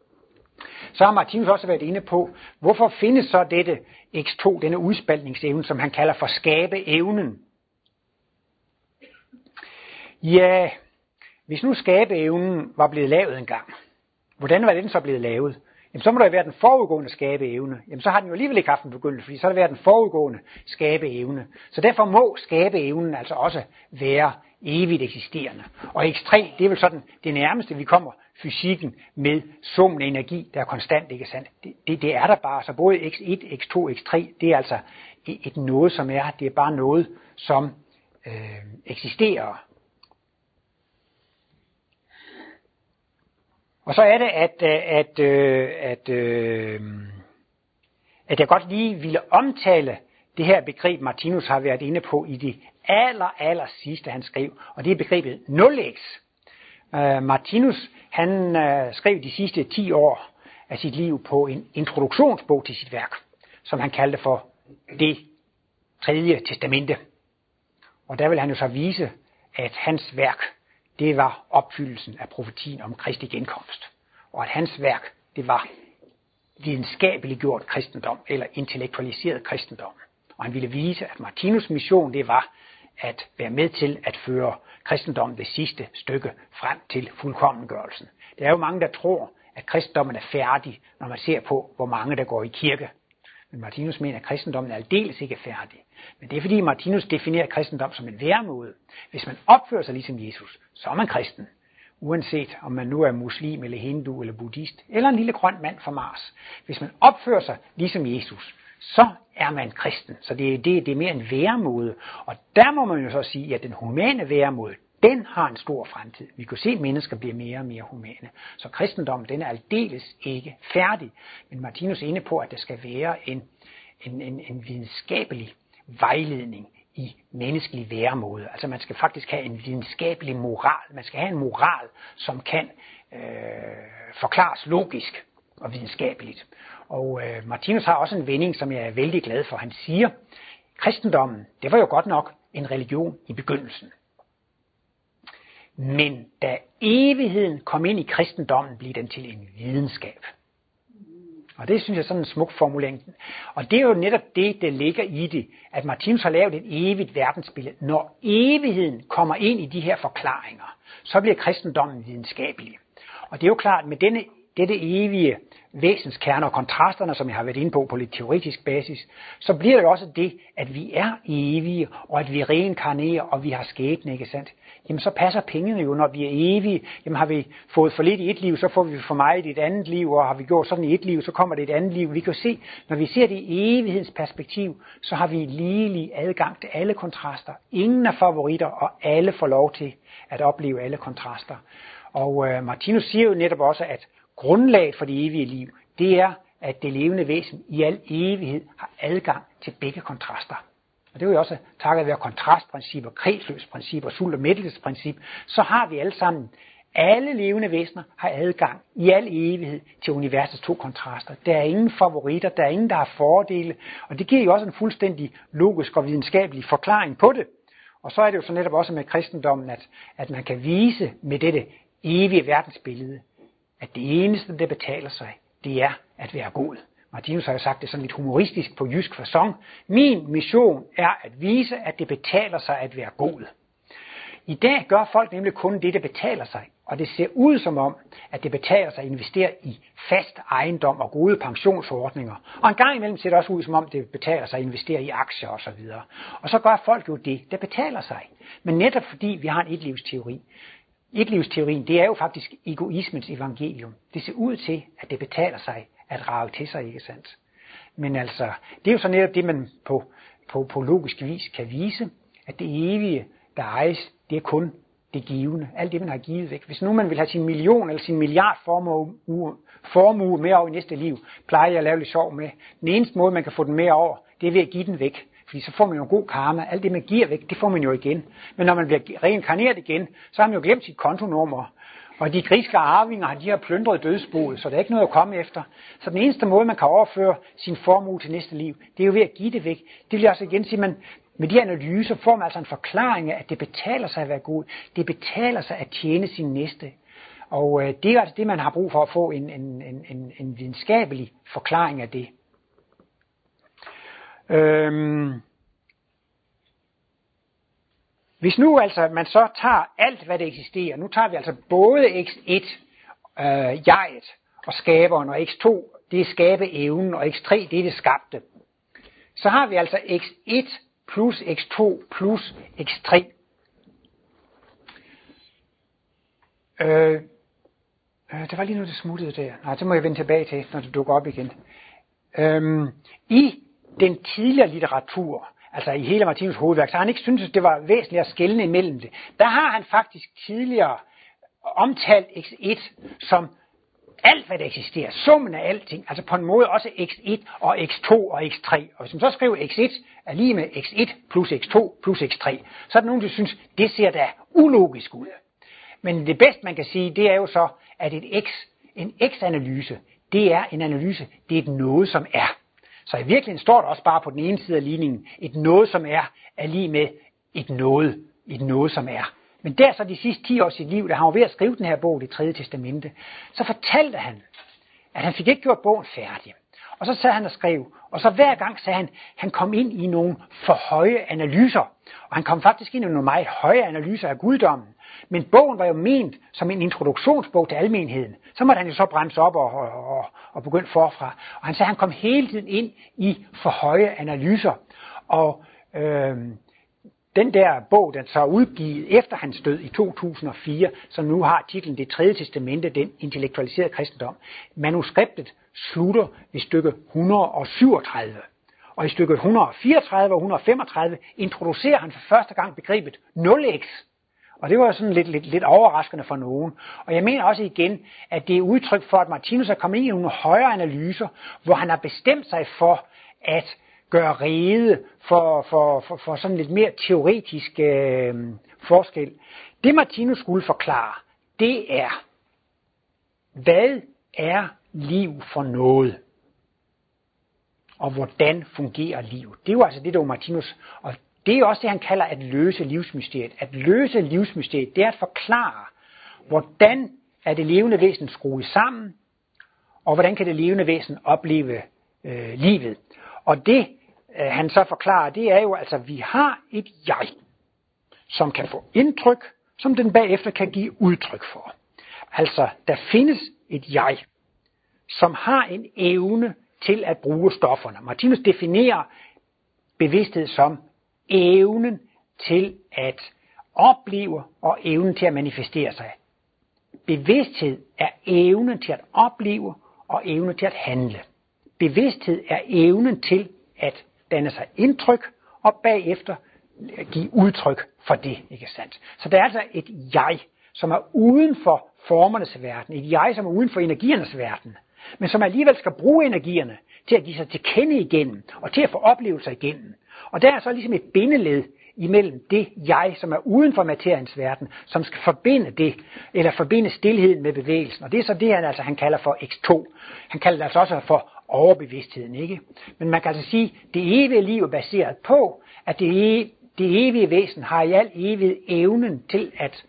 Så har Martinus også været inde på, hvorfor findes så dette x to, denne udspaltningsevne, som han kalder for skabeevnen? Ja, hvis nu skabeevnen var blevet lavet engang, hvordan var den så blevet lavet? Jamen, så må der være den forudgående skabeevne. Jamen, så har den jo alligevel ikke haft en begyndelse, fordi så har der været den forudgående skabeevne. Så derfor må skabeevnen altså også være evigt eksisterende. Og x tre, det er vel sådan det nærmeste, vi kommer fysikken med summen af energi, der er konstant, ikke sandt? Det, det, det er der bare. Så både x et, x to, x tre, det er altså et, et noget, som er, det er bare noget, som øh, eksisterer. Og så er det, at, at, at, at, at jeg godt lige ville omtale det her begreb, Martinus har været inde på i det aller, aller sidste, han skrev, og det er begrebet nul x. Uh, Martinus, han uh, skrev de sidste ti år af sit liv på en introduktionsbog til sit værk, som han kaldte for Det tredje testamente. Og der vil han jo så vise, at hans værk, det var opfyldelsen af profetien om Kristi genkomst. Og at hans værk, det var videnskabeligt gjort kristendom, eller intellektualiseret kristendom. Og han ville vise, at Martinus' mission, det var at være med til at føre kristendommen det sidste stykke frem til fuldkommengørelsen. Der er jo mange, der tror, at kristendommen er færdig, når man ser på, hvor mange der går i kirke. Men Martinus mener, at kristendommen er aldeles ikke færdig. Men det er fordi Martinus definerer kristendom som en væremåde. Hvis man opfører sig ligesom Jesus, så er man kristen. Uanset om man nu er muslim, eller hindu, eller buddhist, eller en lille grøn mand fra Mars. Hvis man opfører sig ligesom Jesus, så er man kristen. Så det er, det, det er mere en væremåde. Og der må man jo så sige, at den humane væremåde, den har en stor fremtid. Vi kan se, at mennesker bliver mere og mere humane. Så kristendommen, den er aldeles ikke færdig. Men Martinus er inde på, at der skal være en, en, en, en videnskabelig vejledning i menneskelig væremåde. Altså man skal faktisk have en videnskabelig moral. Man skal have en moral, som kan øh, forklares logisk og videnskabeligt. Og øh, Martinus har også en vending, som jeg er vældig glad for. Han siger, kristendommen, det var jo godt nok en religion i begyndelsen. Men da evigheden kom ind i kristendommen, blev den til en videnskab. Og det synes jeg er sådan en smuk formulering. Og det er jo netop det, der ligger i det, at Martinus har lavet et evigt verdensbillede. Når evigheden kommer ind i de her forklaringer, så bliver kristendommen videnskabelig. Og det er jo klart, at med denne, dette evige væsenskerne og kontrasterne, som jeg har været inde på på lidt teoretisk basis, så bliver det jo også det, at vi er evige, og at vi reinkarnerer, og vi har skæbne, ikke sandt? Jamen så passer pengene jo, når vi er evige. Jamen har vi fået for lidt i et liv, så får vi for meget i et andet liv, og har vi gjort sådan i et liv, så kommer det et andet liv. Vi kan jo se, når vi ser det i evighedens perspektiv, så har vi ligelig adgang til alle kontraster. Ingen er favoritter, og alle får lov til at opleve alle kontraster. Og øh, Martinus siger jo netop også, at grundlaget for det evige liv, det er, at det levende væsen i al evighed har adgang til begge kontraster. Og det er jo også takket være kontrastprincipper, kredsløbsprincipper, sult- og mættelsesprincip, så har vi alle sammen, alle levende væsener har adgang i al evighed til universets to kontraster. Der er ingen favoritter, der er ingen, der har fordele, og det giver jo også en fuldstændig logisk og videnskabelig forklaring på det. Og så er det jo så netop også med kristendommen, at, at man kan vise med dette evige verdensbillede, at det eneste, der betaler sig, det er at være god. Martinus har jo sagt det sådan lidt humoristisk på jysk facon. Min mission er at vise, at det betaler sig at være god. I dag gør folk nemlig kun det, der betaler sig, og det ser ud som om, at det betaler sig at investere i fast ejendom og gode pensionsordninger. Og en gang imellem ser det også ud som om, det betaler sig at investere i aktier osv. Og så gør folk jo det, der betaler sig. Men netop fordi vi har en etlivsteori, etlivsteorien, det er jo faktisk egoismens evangelium. Det ser ud til, at det betaler sig at rage til sig, ikke sandt? Men altså, det er jo så netop det, man på, på, på logisk vis kan vise, at det evige, der ejes, det er kun det givende. Alt det, man har givet væk. Hvis nu man vil have sin million eller sin milliard formue, formue mere over i næste liv, plejer jeg at lave lidt sjov med. Den eneste måde, man kan få den mere over, det er ved at give den væk. Fordi så får man jo en god karma. Alt det, man giver væk, det får man jo igen. Men når man bliver reinkarneret igen, så har man jo glemt sit kontonummer. Og de griske arvinger, de har plyndret dødsboet, så der er ikke noget at komme efter. Så den eneste måde, man kan overføre sin formue til næste liv, det er jo ved at give det væk. Det vil jeg også igen sige, at med de analyser får man altså en forklaring af, at det betaler sig at være god. Det betaler sig at tjene sin næste. Og øh, det er altså det, man har brug for at få en, en, en, en, en videnskabelig forklaring af det. Øhm. Hvis nu altså man så tager alt, hvad der eksisterer, nu tager vi altså både x et, øh, jeget og skaberen, og x to, det er skabeevnen, og x tre, det er det skabte. Så har vi altså x et plus x to plus x tre. Øh, øh, det var lige nu, det smuttede der. Nej, det må jeg vende tilbage til, når det dukker op igen. Øh, I den tidligere litteratur, altså i hele Martinus hovedværk, så han ikke syntes, at det var væsentligt at skelne imellem det. Der har han faktisk tidligere omtalt x et som alt, hvad der eksisterer, summen af alting, altså på en måde også x et og x to og x tre. Og hvis man så skriver x et er lige med x et plus x to plus x tre, så er der nogen, der synes, det ser da ulogisk ud. Men det bedste, man kan sige, det er jo så, at et x, en x-analyse, det er en analyse, det er et noget, som er. Så i virkeligheden står der også bare på den ene side af ligningen, et noget, som er, er lige med et noget, et noget, som er. Men der så de sidste ti år af sit liv, da han var ved at skrive den her bog, Det tredje testamente, så fortalte han, at han fik ikke gjort bogen færdig. Og så sad han og skrev, og så hver gang sagde han, han kom ind i nogle for høje analyser. Og han kom faktisk ind i nogle meget høje analyser af guddommen. Men bogen var jo ment som en introduktionsbog til almenheden. Så måtte han jo så bremse op og, og, og, og begynde forfra. Og han sagde, at han kom hele tiden ind i for høje analyser. Og øh, den der bog, den så er udgivet efter hans død i to tusind og fire, som nu har titlen Det tredje testamente, den intellektualiserede kristendom. Manuskriptet slutter i stykke et hundrede og syvogtredive. Og i stykke et hundrede og fireogtredive og et hundrede og femogtredive introducerer han for første gang begrebet nul x. Og det var sådan lidt, lidt, lidt overraskende for nogen. Og jeg mener også igen, at det er udtryk for, at Martinus er kommet ind i nogle højere analyser, hvor han har bestemt sig for at gøre rede for, for, for, for sådan lidt mere teoretisk øh, forskel. Det Martinus skulle forklare, det er, hvad er liv for noget? Og hvordan fungerer liv? Det er jo altså det, der er Martinus. Og det er også det, han kalder at løse livsmysteriet. At løse livsmysteriet, det er at forklare, hvordan er det levende væsen skruet sammen, og hvordan kan det levende væsen opleve øh, livet. Og det, øh, han så forklarer, det er jo altså, at vi har et jeg, som kan få indtryk, som den bagefter kan give udtryk for. Altså, der findes et jeg, som har en evne til at bruge stofferne. Martinus definerer bevidsthed som evnen til at opleve og evnen til at manifestere sig. Bevidsthed er evnen til at opleve og evnen til at handle. Bevidsthed er evnen til at danne sig indtryk og bagefter give udtryk for det, ikke sandt? Så der er altså et jeg, som er uden for formernes verden, et jeg, som er uden for energiernes verden, men som alligevel skal bruge energierne til at give sig til kende igennem, og til at få oplevelser igennem. Og der er så ligesom et bindeled imellem det jeg, som er uden for materiens verden, som skal forbinde det, eller forbinde stilheden med bevægelsen. Og det er så det, han, altså, han kalder for X to. Han kalder det altså også for overbevidstheden, ikke? Men man kan altså sige, at det evige liv er baseret på, at det, det evige væsen har i al evighed evnen til at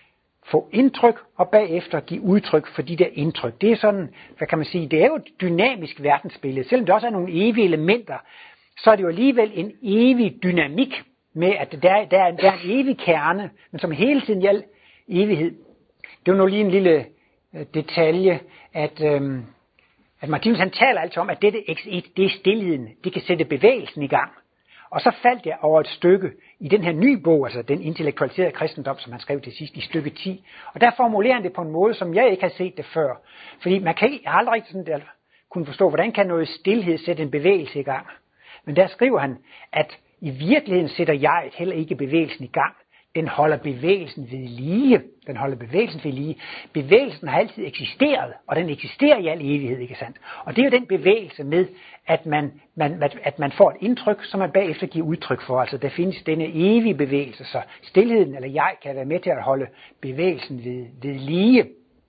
få indtryk og bagefter give udtryk for de der indtryk. Det er sådan, hvad kan man sige, det er jo et dynamisk verdensbillede. Selvom der også er nogle evige elementer, så er det jo alligevel en evig dynamik med, at der er, der er, der er en evig kerne, men som hele tiden i al evighed. Det er jo nu lige en lille øh, detalje, at, øh, at Martinus han taler altså om, at dette X et, det er stilheden, det kan sætte bevægelsen i gang. Og så faldt jeg over et stykke i den her nye bog, altså den intellektualiserede kristendom, som han skrev til sidst i stykke ti. Og der formulerer han det på en måde, som jeg ikke har set det før. Fordi man kan ikke, jeg har aldrig rigtig sådan der kunne forstå, hvordan kan noget stilhed sætte en bevægelse i gang. Men der skriver han, at i virkeligheden sætter jeg heller ikke bevægelsen i gang. Den holder bevægelsen ved lige. Den holder bevægelsen ved lige. Bevægelsen har altid eksisteret, og den eksisterer i al evighed, ikke sandt? Og det er jo den bevægelse med, at man, man, at man får et indtryk, som man bagefter giver udtryk for. Altså der findes denne evige bevægelse, så stilheden eller jeg kan være med til at holde bevægelsen ved, ved lige.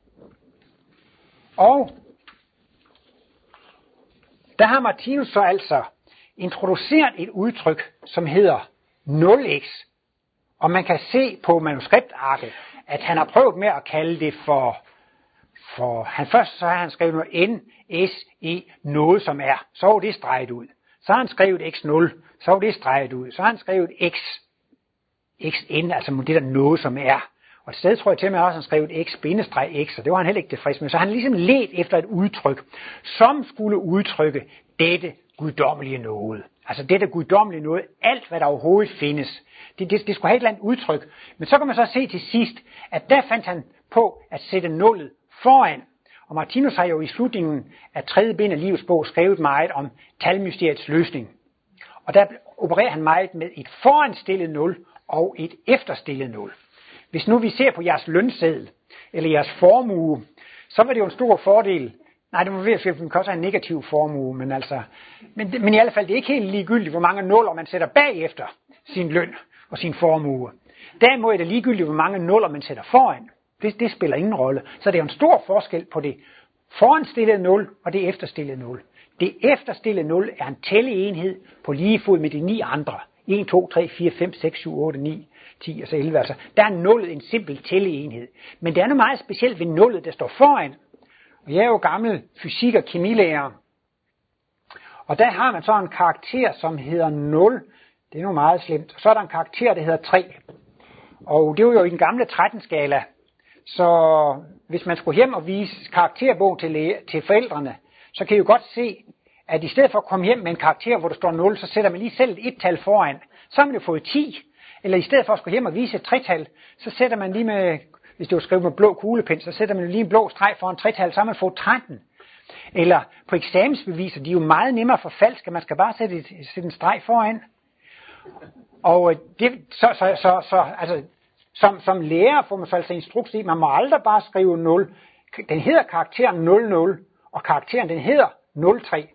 Og der har Martinus så altså introduceret et udtryk, som hedder nul x. Og man kan se på manuskriptarket, at han har prøvet med at kalde det for, for han først så har han skrevet noget N, S, E, noget som er. Så var det streget ud. Så har han skrevet x nul, så var det streget ud. Så har han skrevet x, xn, altså det der noget som er. Og et sted tror jeg til mig også, han skrevet x-x, og det var han heller ikke tilfreds med. Så han ligesom let efter et udtryk, som skulle udtrykke dette guddommelige noget. Altså dette guddommelige noget, alt hvad der overhovedet findes. Det, det, det skulle have et eller andet udtryk. Men så kan man så se til sidst, at der fandt han på at sætte nullet foran. Og Martinus har jo i slutningen af tredje bind af livets bog skrevet meget om talmysteriets løsning. Og der opererer han meget med et foranstillet nul og et efterstillet nul. Hvis nu vi ser på jeres lønseddel, eller jeres formue, så var det jo en stor fordel. Nej, det må vi sige, at den kan også have en negativ formue, men altså, men, men i alle fald, det er ikke helt ligegyldigt, hvor mange nuller man sætter bagefter sin løn og sin formue. Derimod er det ligegyldigt, hvor mange nuller man sætter foran. Det, det spiller ingen rolle. Så det er jo en stor forskel på det foranstillede nul og det efterstillede nul. Det efterstillede nul er en tælleenhed på lige fod med de ni andre. en, to, tre, fire, fem, seks, syv, otte, ni, ti og så elleve. Altså, der er nullet en simpel tælleenhed. Men det er noget meget specielt ved nullet, der står foran. Og jeg er jo gammel fysik- og kemilærer. Og der har man så en karakter, som hedder nul. Det er jo meget slemt. Så er der en karakter, der hedder tre. Og det var jo i den gamle tretten-skala. Så hvis man skulle hjem og vise karakterbogen til, læge, til forældrene, så kan I jo godt se, at i stedet for at komme hjem med en karakter, hvor der står nul, så sætter man lige selv et et-tal foran. Så har man jo fået ti. Eller i stedet for at skulle hjem og vise et tre-tal, så sætter man lige med, hvis det var skrevet med blå kuglepen, så sætter man jo lige en blå streg foran tre-tal, så har man fået tretten. Eller på eksamensbeviser, de er jo meget nemmere for falsk, man skal bare sætte, et, sætte en streg foran. Og det, så, så, så, så altså, som, som lærer får man så altså instruks i, man må aldrig bare skrive nul. Den hedder karakteren nul nul, og karakteren den hedder nul tre.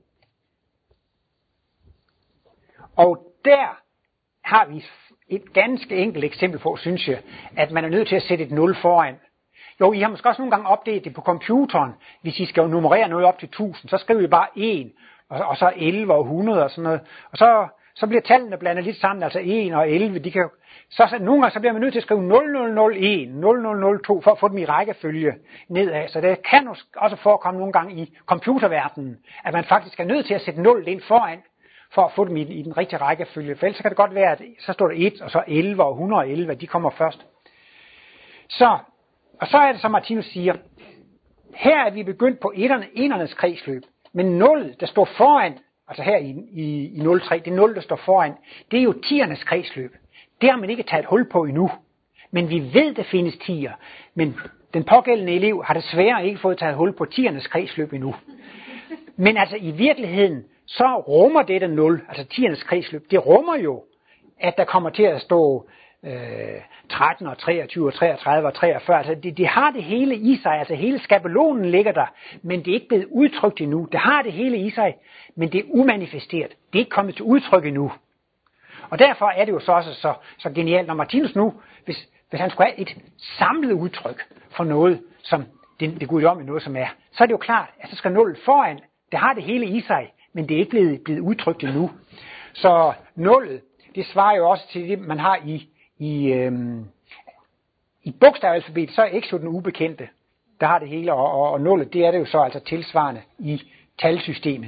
Og der har vi et ganske enkelt eksempel på, synes jeg, at man er nødt til at sætte et nul foran. Jo, I har måske også nogle gange opdelt det på computeren. Hvis I skal nummerere noget op til tusind, så skriver I bare en, og, og så elleve og hundrede og sådan noget. Og så, så bliver tallene blandet lidt sammen, altså en og elleve. De kan, Så, så nogle gange så bliver man nødt til at skrive nul nul nul et, nul nul nul to for at få dem i rækkefølge nedad. Så det kan også forekomme nogle gange i computerverdenen, at man faktisk er nødt til at sætte nul ind foran, for at få dem i, i den rigtige rækkefølge. For ellers så kan det godt være, at så står der et, og så elleve og et hundrede og elleve, de kommer først. Så, og så er det, som Martinus siger, her er vi begyndt på etterne, enernes kredsløb, men nul, der står foran, altså her i, i, i nul tre, det nul, der står foran, det er jo tiernes kredsløb. Det har man ikke taget hul på endnu. Men vi ved, der findes tier. Men den pågældende elev har desværre ikke fået taget hul på tiernes kredsløb endnu. Men altså i virkeligheden, så rummer dette nul, altså tiernes kredsløb, det rummer jo, at der kommer til at stå øh, tretten og treogtyve og treogtredive og treogfyrre. Altså det, det har det hele i sig, altså hele skabelonen ligger der, men det er ikke blevet udtrykt endnu. Det har det hele i sig, men det er umanifesteret. Det er ikke kommet til udtryk endnu. Og derfor er det jo så også så, så genialt, når Martinus nu, hvis, hvis han skulle have et samlet udtryk for noget, som det, det guddommelige noget som er, så er det jo klart, at så skal nullet foran, det har det hele i sig, men det er ikke blevet, blevet udtrykt endnu. Så nullet, det svarer jo også til det, man har i, i, øhm, i bogstavalfabetet, så er x jo den ubekendte, der har det hele, og, og, og nullet, det er det jo så altså tilsvarende i talsystemet.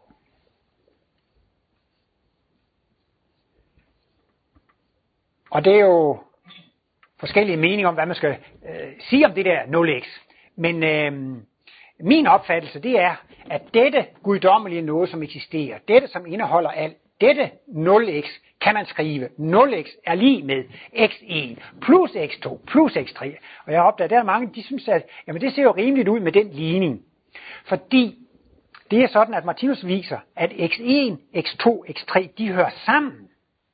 Og det er jo forskellige meninger om, hvad man skal øh, sige om det der nul x. Men øh, min opfattelse, det er, at dette guddommelige noget, som eksisterer, dette som indeholder alt, dette nul x, kan man skrive, nul x er lige med x en plus x to plus x tre. Og jeg har opdaget, at der er mange, de synes, at jamen, det ser jo rimeligt ud med den ligning. Fordi det er sådan, at Martinus viser, at x en, x to, x tre, de hører sammen.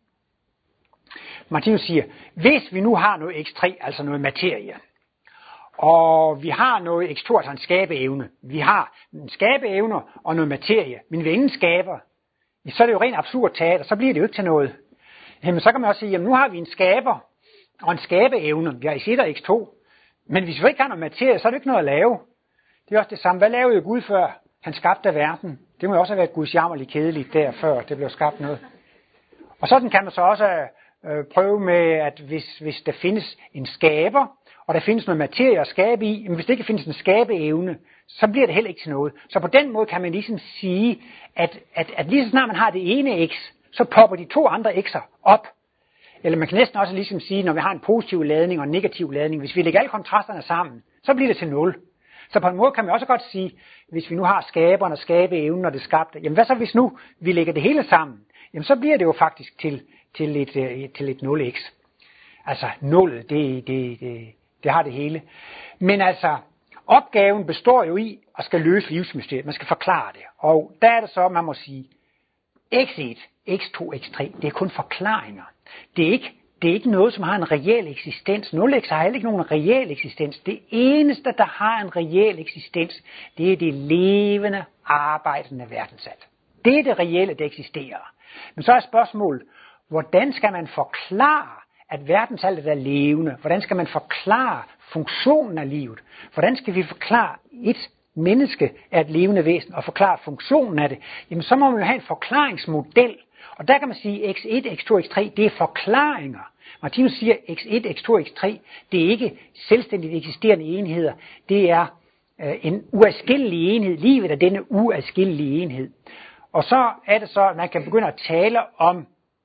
Martinus siger, hvis vi nu har noget x tre, altså noget materie, og vi har noget x to, altså en skabeevne, vi har en skabeevne og noget materie, men vi er ingen skaber, så er det jo rent absurd teater, så bliver det jo ikke til noget. Jamen så kan man også sige, jamen nu har vi en skaber og en skabeevne, vi har x et og x to, men hvis vi ikke har noget materie, så er det ikke noget at lave. Det er også det samme, hvad lavede Gud før han skabte verden? Det må jo også have været gudsjammerligt kedeligt der, før det blev skabt noget. Og sådan kan man så også øh, prøve med, at hvis, hvis der findes en skaber, og der findes noget materie at skabe i, men hvis det ikke findes en skabeevne, så bliver det heller ikke til noget. Så på den måde kan man ligesom sige, at, at, at lige så snart man har det ene x, så popper de to andre x'er op. Eller man kan næsten også ligesom sige, når vi har en positiv ladning og en negativ ladning, hvis vi lægger alle kontrasterne sammen, så bliver det til nul. Så på en måde kan man også godt sige, hvis vi nu har skaberen og skabeevnen og det skabte, jamen hvad så hvis nu vi lægger det hele sammen? Jamen så bliver det jo faktisk til, til, et, til et nul x. Altså nullet, det, det, det, det har det hele. Men altså, opgaven består jo i at skal løse livsmysteriet. Man skal forklare det. Og der er det så, man må sige, x et, x to, x tre, det er kun forklaringer. Det er ikke, det er ikke noget, som har en reel eksistens. nul x har heller ikke nogen reel eksistens. Det eneste, der har en reel eksistens, det er det levende, arbejdende verdensalt. Det er det reelle, der eksisterer. Men så er spørgsmålet, hvordan skal man forklare, at verdensaltet er levende? Hvordan skal man forklare funktionen af livet? Hvordan skal vi forklare et menneske er et levende væsen og forklare funktionen af det? Jamen så må man jo have en forklaringsmodel. Og der kan man sige, x et, x to, x tre, det er forklaringer. Martinus siger, x et, x to, x tre, det er ikke selvstændigt eksisterende enheder. Det er øh, en uadskillelig enhed. Livet er denne uadskillelige enhed. Og så er det så, at man kan begynde at tale om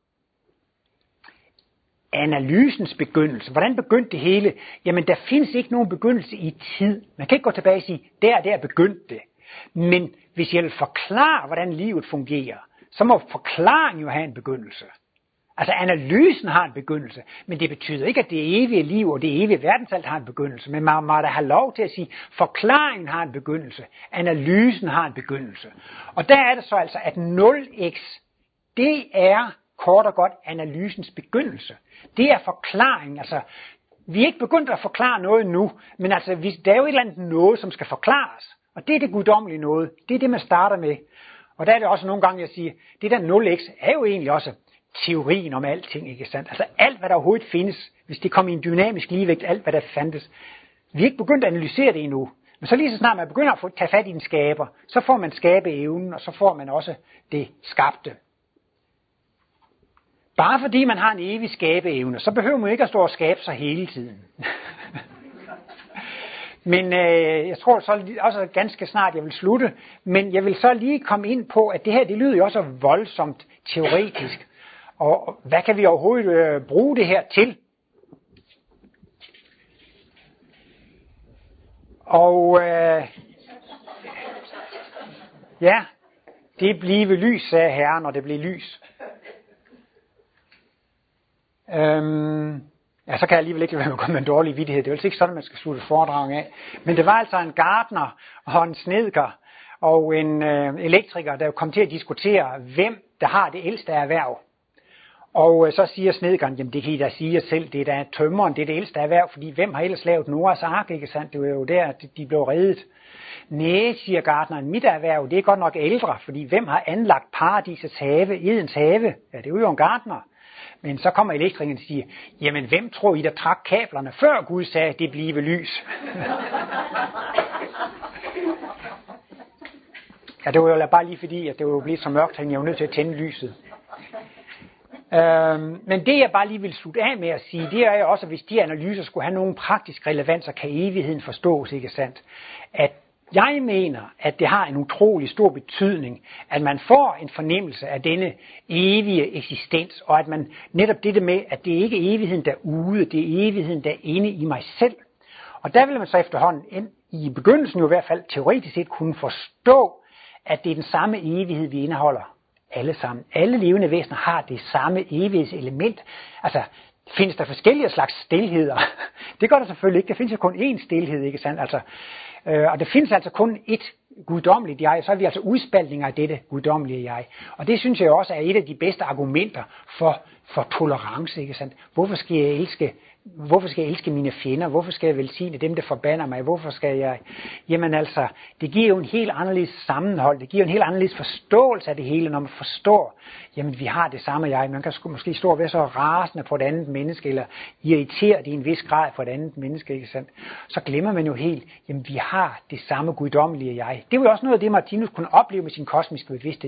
analysens begyndelse. Hvordan begyndte det hele? Jamen, der findes ikke nogen begyndelse i tid. Man kan ikke gå tilbage og sige, der der begyndte det. Men hvis jeg vil forklare, hvordan livet fungerer, så må forklaringen jo have en begyndelse. Altså, analysen har en begyndelse, men det betyder ikke, at det evige liv og det evige verdensalt har en begyndelse. Men man må da have lov til at sige, forklaringen har en begyndelse, analysen har en begyndelse. Og der er det så altså, at nul x, det er kort og godt analysens begyndelse. Det er forklaringen. Altså, vi er ikke begyndt at forklare noget nu, men altså, der er jo et eller andet noget, som skal forklares. Og det er det guddommelige noget. Det er det, man starter med. Og der er det også nogle gange, jeg siger, det der nul x er jo egentlig også teorien om alting, ikke sandt? Altså alt, hvad der overhovedet findes, hvis det kommer i en dynamisk ligevægt, alt, hvad der fandtes. Vi er ikke begyndt at analysere det endnu. Men så lige så snart man begynder at få, tage fat i en skaber, så får man skabeevnen, og så får man også det skabte. Bare fordi man har en evig skabeevne, så behøver man ikke at stå og skabe sig hele tiden. Men øh, jeg tror så også ganske snart, jeg vil slutte. Men jeg vil så lige komme ind på, at det her, det lyder jo også voldsomt teoretisk. Og hvad kan vi overhovedet øh, bruge det her til? Og øh, ja, det blive lys, sagde Herren, når det blev lys. Øhm, ja, så kan jeg alligevel ikke være med at komme med en dårlig vittighed. Det er jo ikke sådan, man skal slutte foredrag af. Men det var altså en gartner og en snedker og en øh, elektriker, der kom til at diskutere, hvem der har det ældste erhverv. Og øh, så siger snedkeren, jamen det kan I da sige jer selv, det er da tømmeren, det er det ældste erhverv, fordi hvem har ellers lavet Noahs ark, ikke sandt? Det var jo der, de blev reddet. Næh, siger gartneren, mit erhverv, det er godt nok ældre, fordi hvem har anlagt paradisets have, Edens have? Ja, det er jo en gartner. Men så kommer elektrikeren og siger, jamen hvem tror I, der trak kablerne, før Gud sagde, det blive lys? Ja, det var jo bare lige fordi, at det var jo blevet så mørkt, at jeg var nødt til at tænde lyset. Øhm, men det jeg bare lige vil slutte af med at sige, det er jo også, at hvis de analyser skulle have nogen praktisk relevans, så kan evigheden forstås, ikke sandt? At jeg mener, at det har en utrolig stor betydning, at man får en fornemmelse af denne evige eksistens, og at man netop det med, at det ikke er evigheden derude, det er evigheden der inde i mig selv. Og der vil man så efterhånden, i begyndelsen jo i hvert fald teoretisk set, kunne forstå, at det er den samme evighed, vi indeholder alle sammen. Alle levende væsener har det samme evighedselement. Altså, findes der forskellige slags stilheder? Det gør der selvfølgelig ikke. Der findes jo kun én stilhed, ikke sandt? Altså, øh, og der findes altså kun ét guddommeligt jeg, så er vi altså udspaltninger af dette guddommelige jeg. Og det synes jeg også er et af de bedste argumenter for, for tolerance, ikke sandt? Hvorfor skal jeg elske Hvorfor skal jeg elske mine fjender? Hvorfor skal jeg velsigne dem, der forbander mig? Hvorfor skal jeg... Jamen altså, det giver jo en helt anderledes sammenhold. Det giver en helt anderledes forståelse af det hele, når man forstår, jamen vi har det samme jeg. Man kan måske stå og være så rasende på et andet menneske, eller irriteret i en vis grad på et andet menneske, ikke sandt? Så glemmer man jo helt, jamen vi har det samme guddommelige jeg. Det var jo også noget af det, Martinus kunne opleve med sin kosmiske bevidsthed.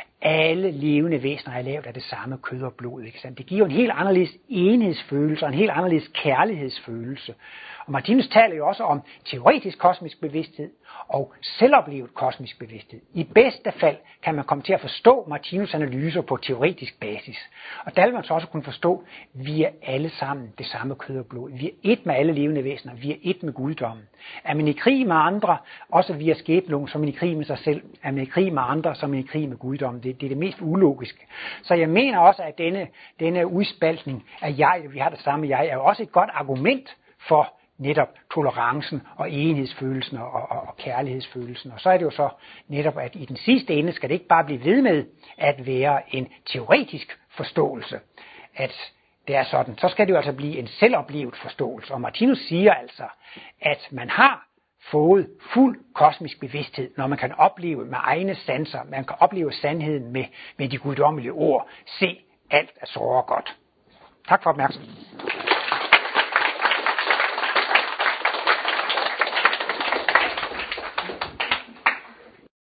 Alle levende væsener er lavet af det samme kød og blod, ikke sandt? Det giver jo en helt anderledes enhedsfølelse, og en helt anderledes kærlighedsfølelse. Og Martinus taler jo også om teoretisk kosmisk bevidsthed og selvoplevet kosmisk bevidsthed. I bedste fald kan man komme til at forstå Martinus' analyser på teoretisk basis. Og der vil man så også kunne forstå, at vi er alle sammen det samme kød og blod. Vi er ét med alle levende væsener. Vi er ét med guddommen. Er man i krig med andre, også via skæbnen, som man i krig med sig selv. Er man i krig med andre, som man i krig med guddommen. Det, det er det mest ulogiske. Så jeg mener også, at denne, denne udspaltning af jeg, vi har det samme jeg, er jo også et godt argument for netop tolerancen og enhedsfølelsen og, og, og kærlighedsfølelsen. Og så er det jo så netop, at i den sidste ende skal det ikke bare blive ved med at være en teoretisk forståelse, at det er sådan. Så skal det jo altså blive en selvoplevet forståelse. Og Martinus siger altså, at man har fået fuld kosmisk bevidsthed, når man kan opleve med egne sanser, man kan opleve sandheden med, med de guddommelige ord. Se, alt er så godt. Tak for opmærksomheden.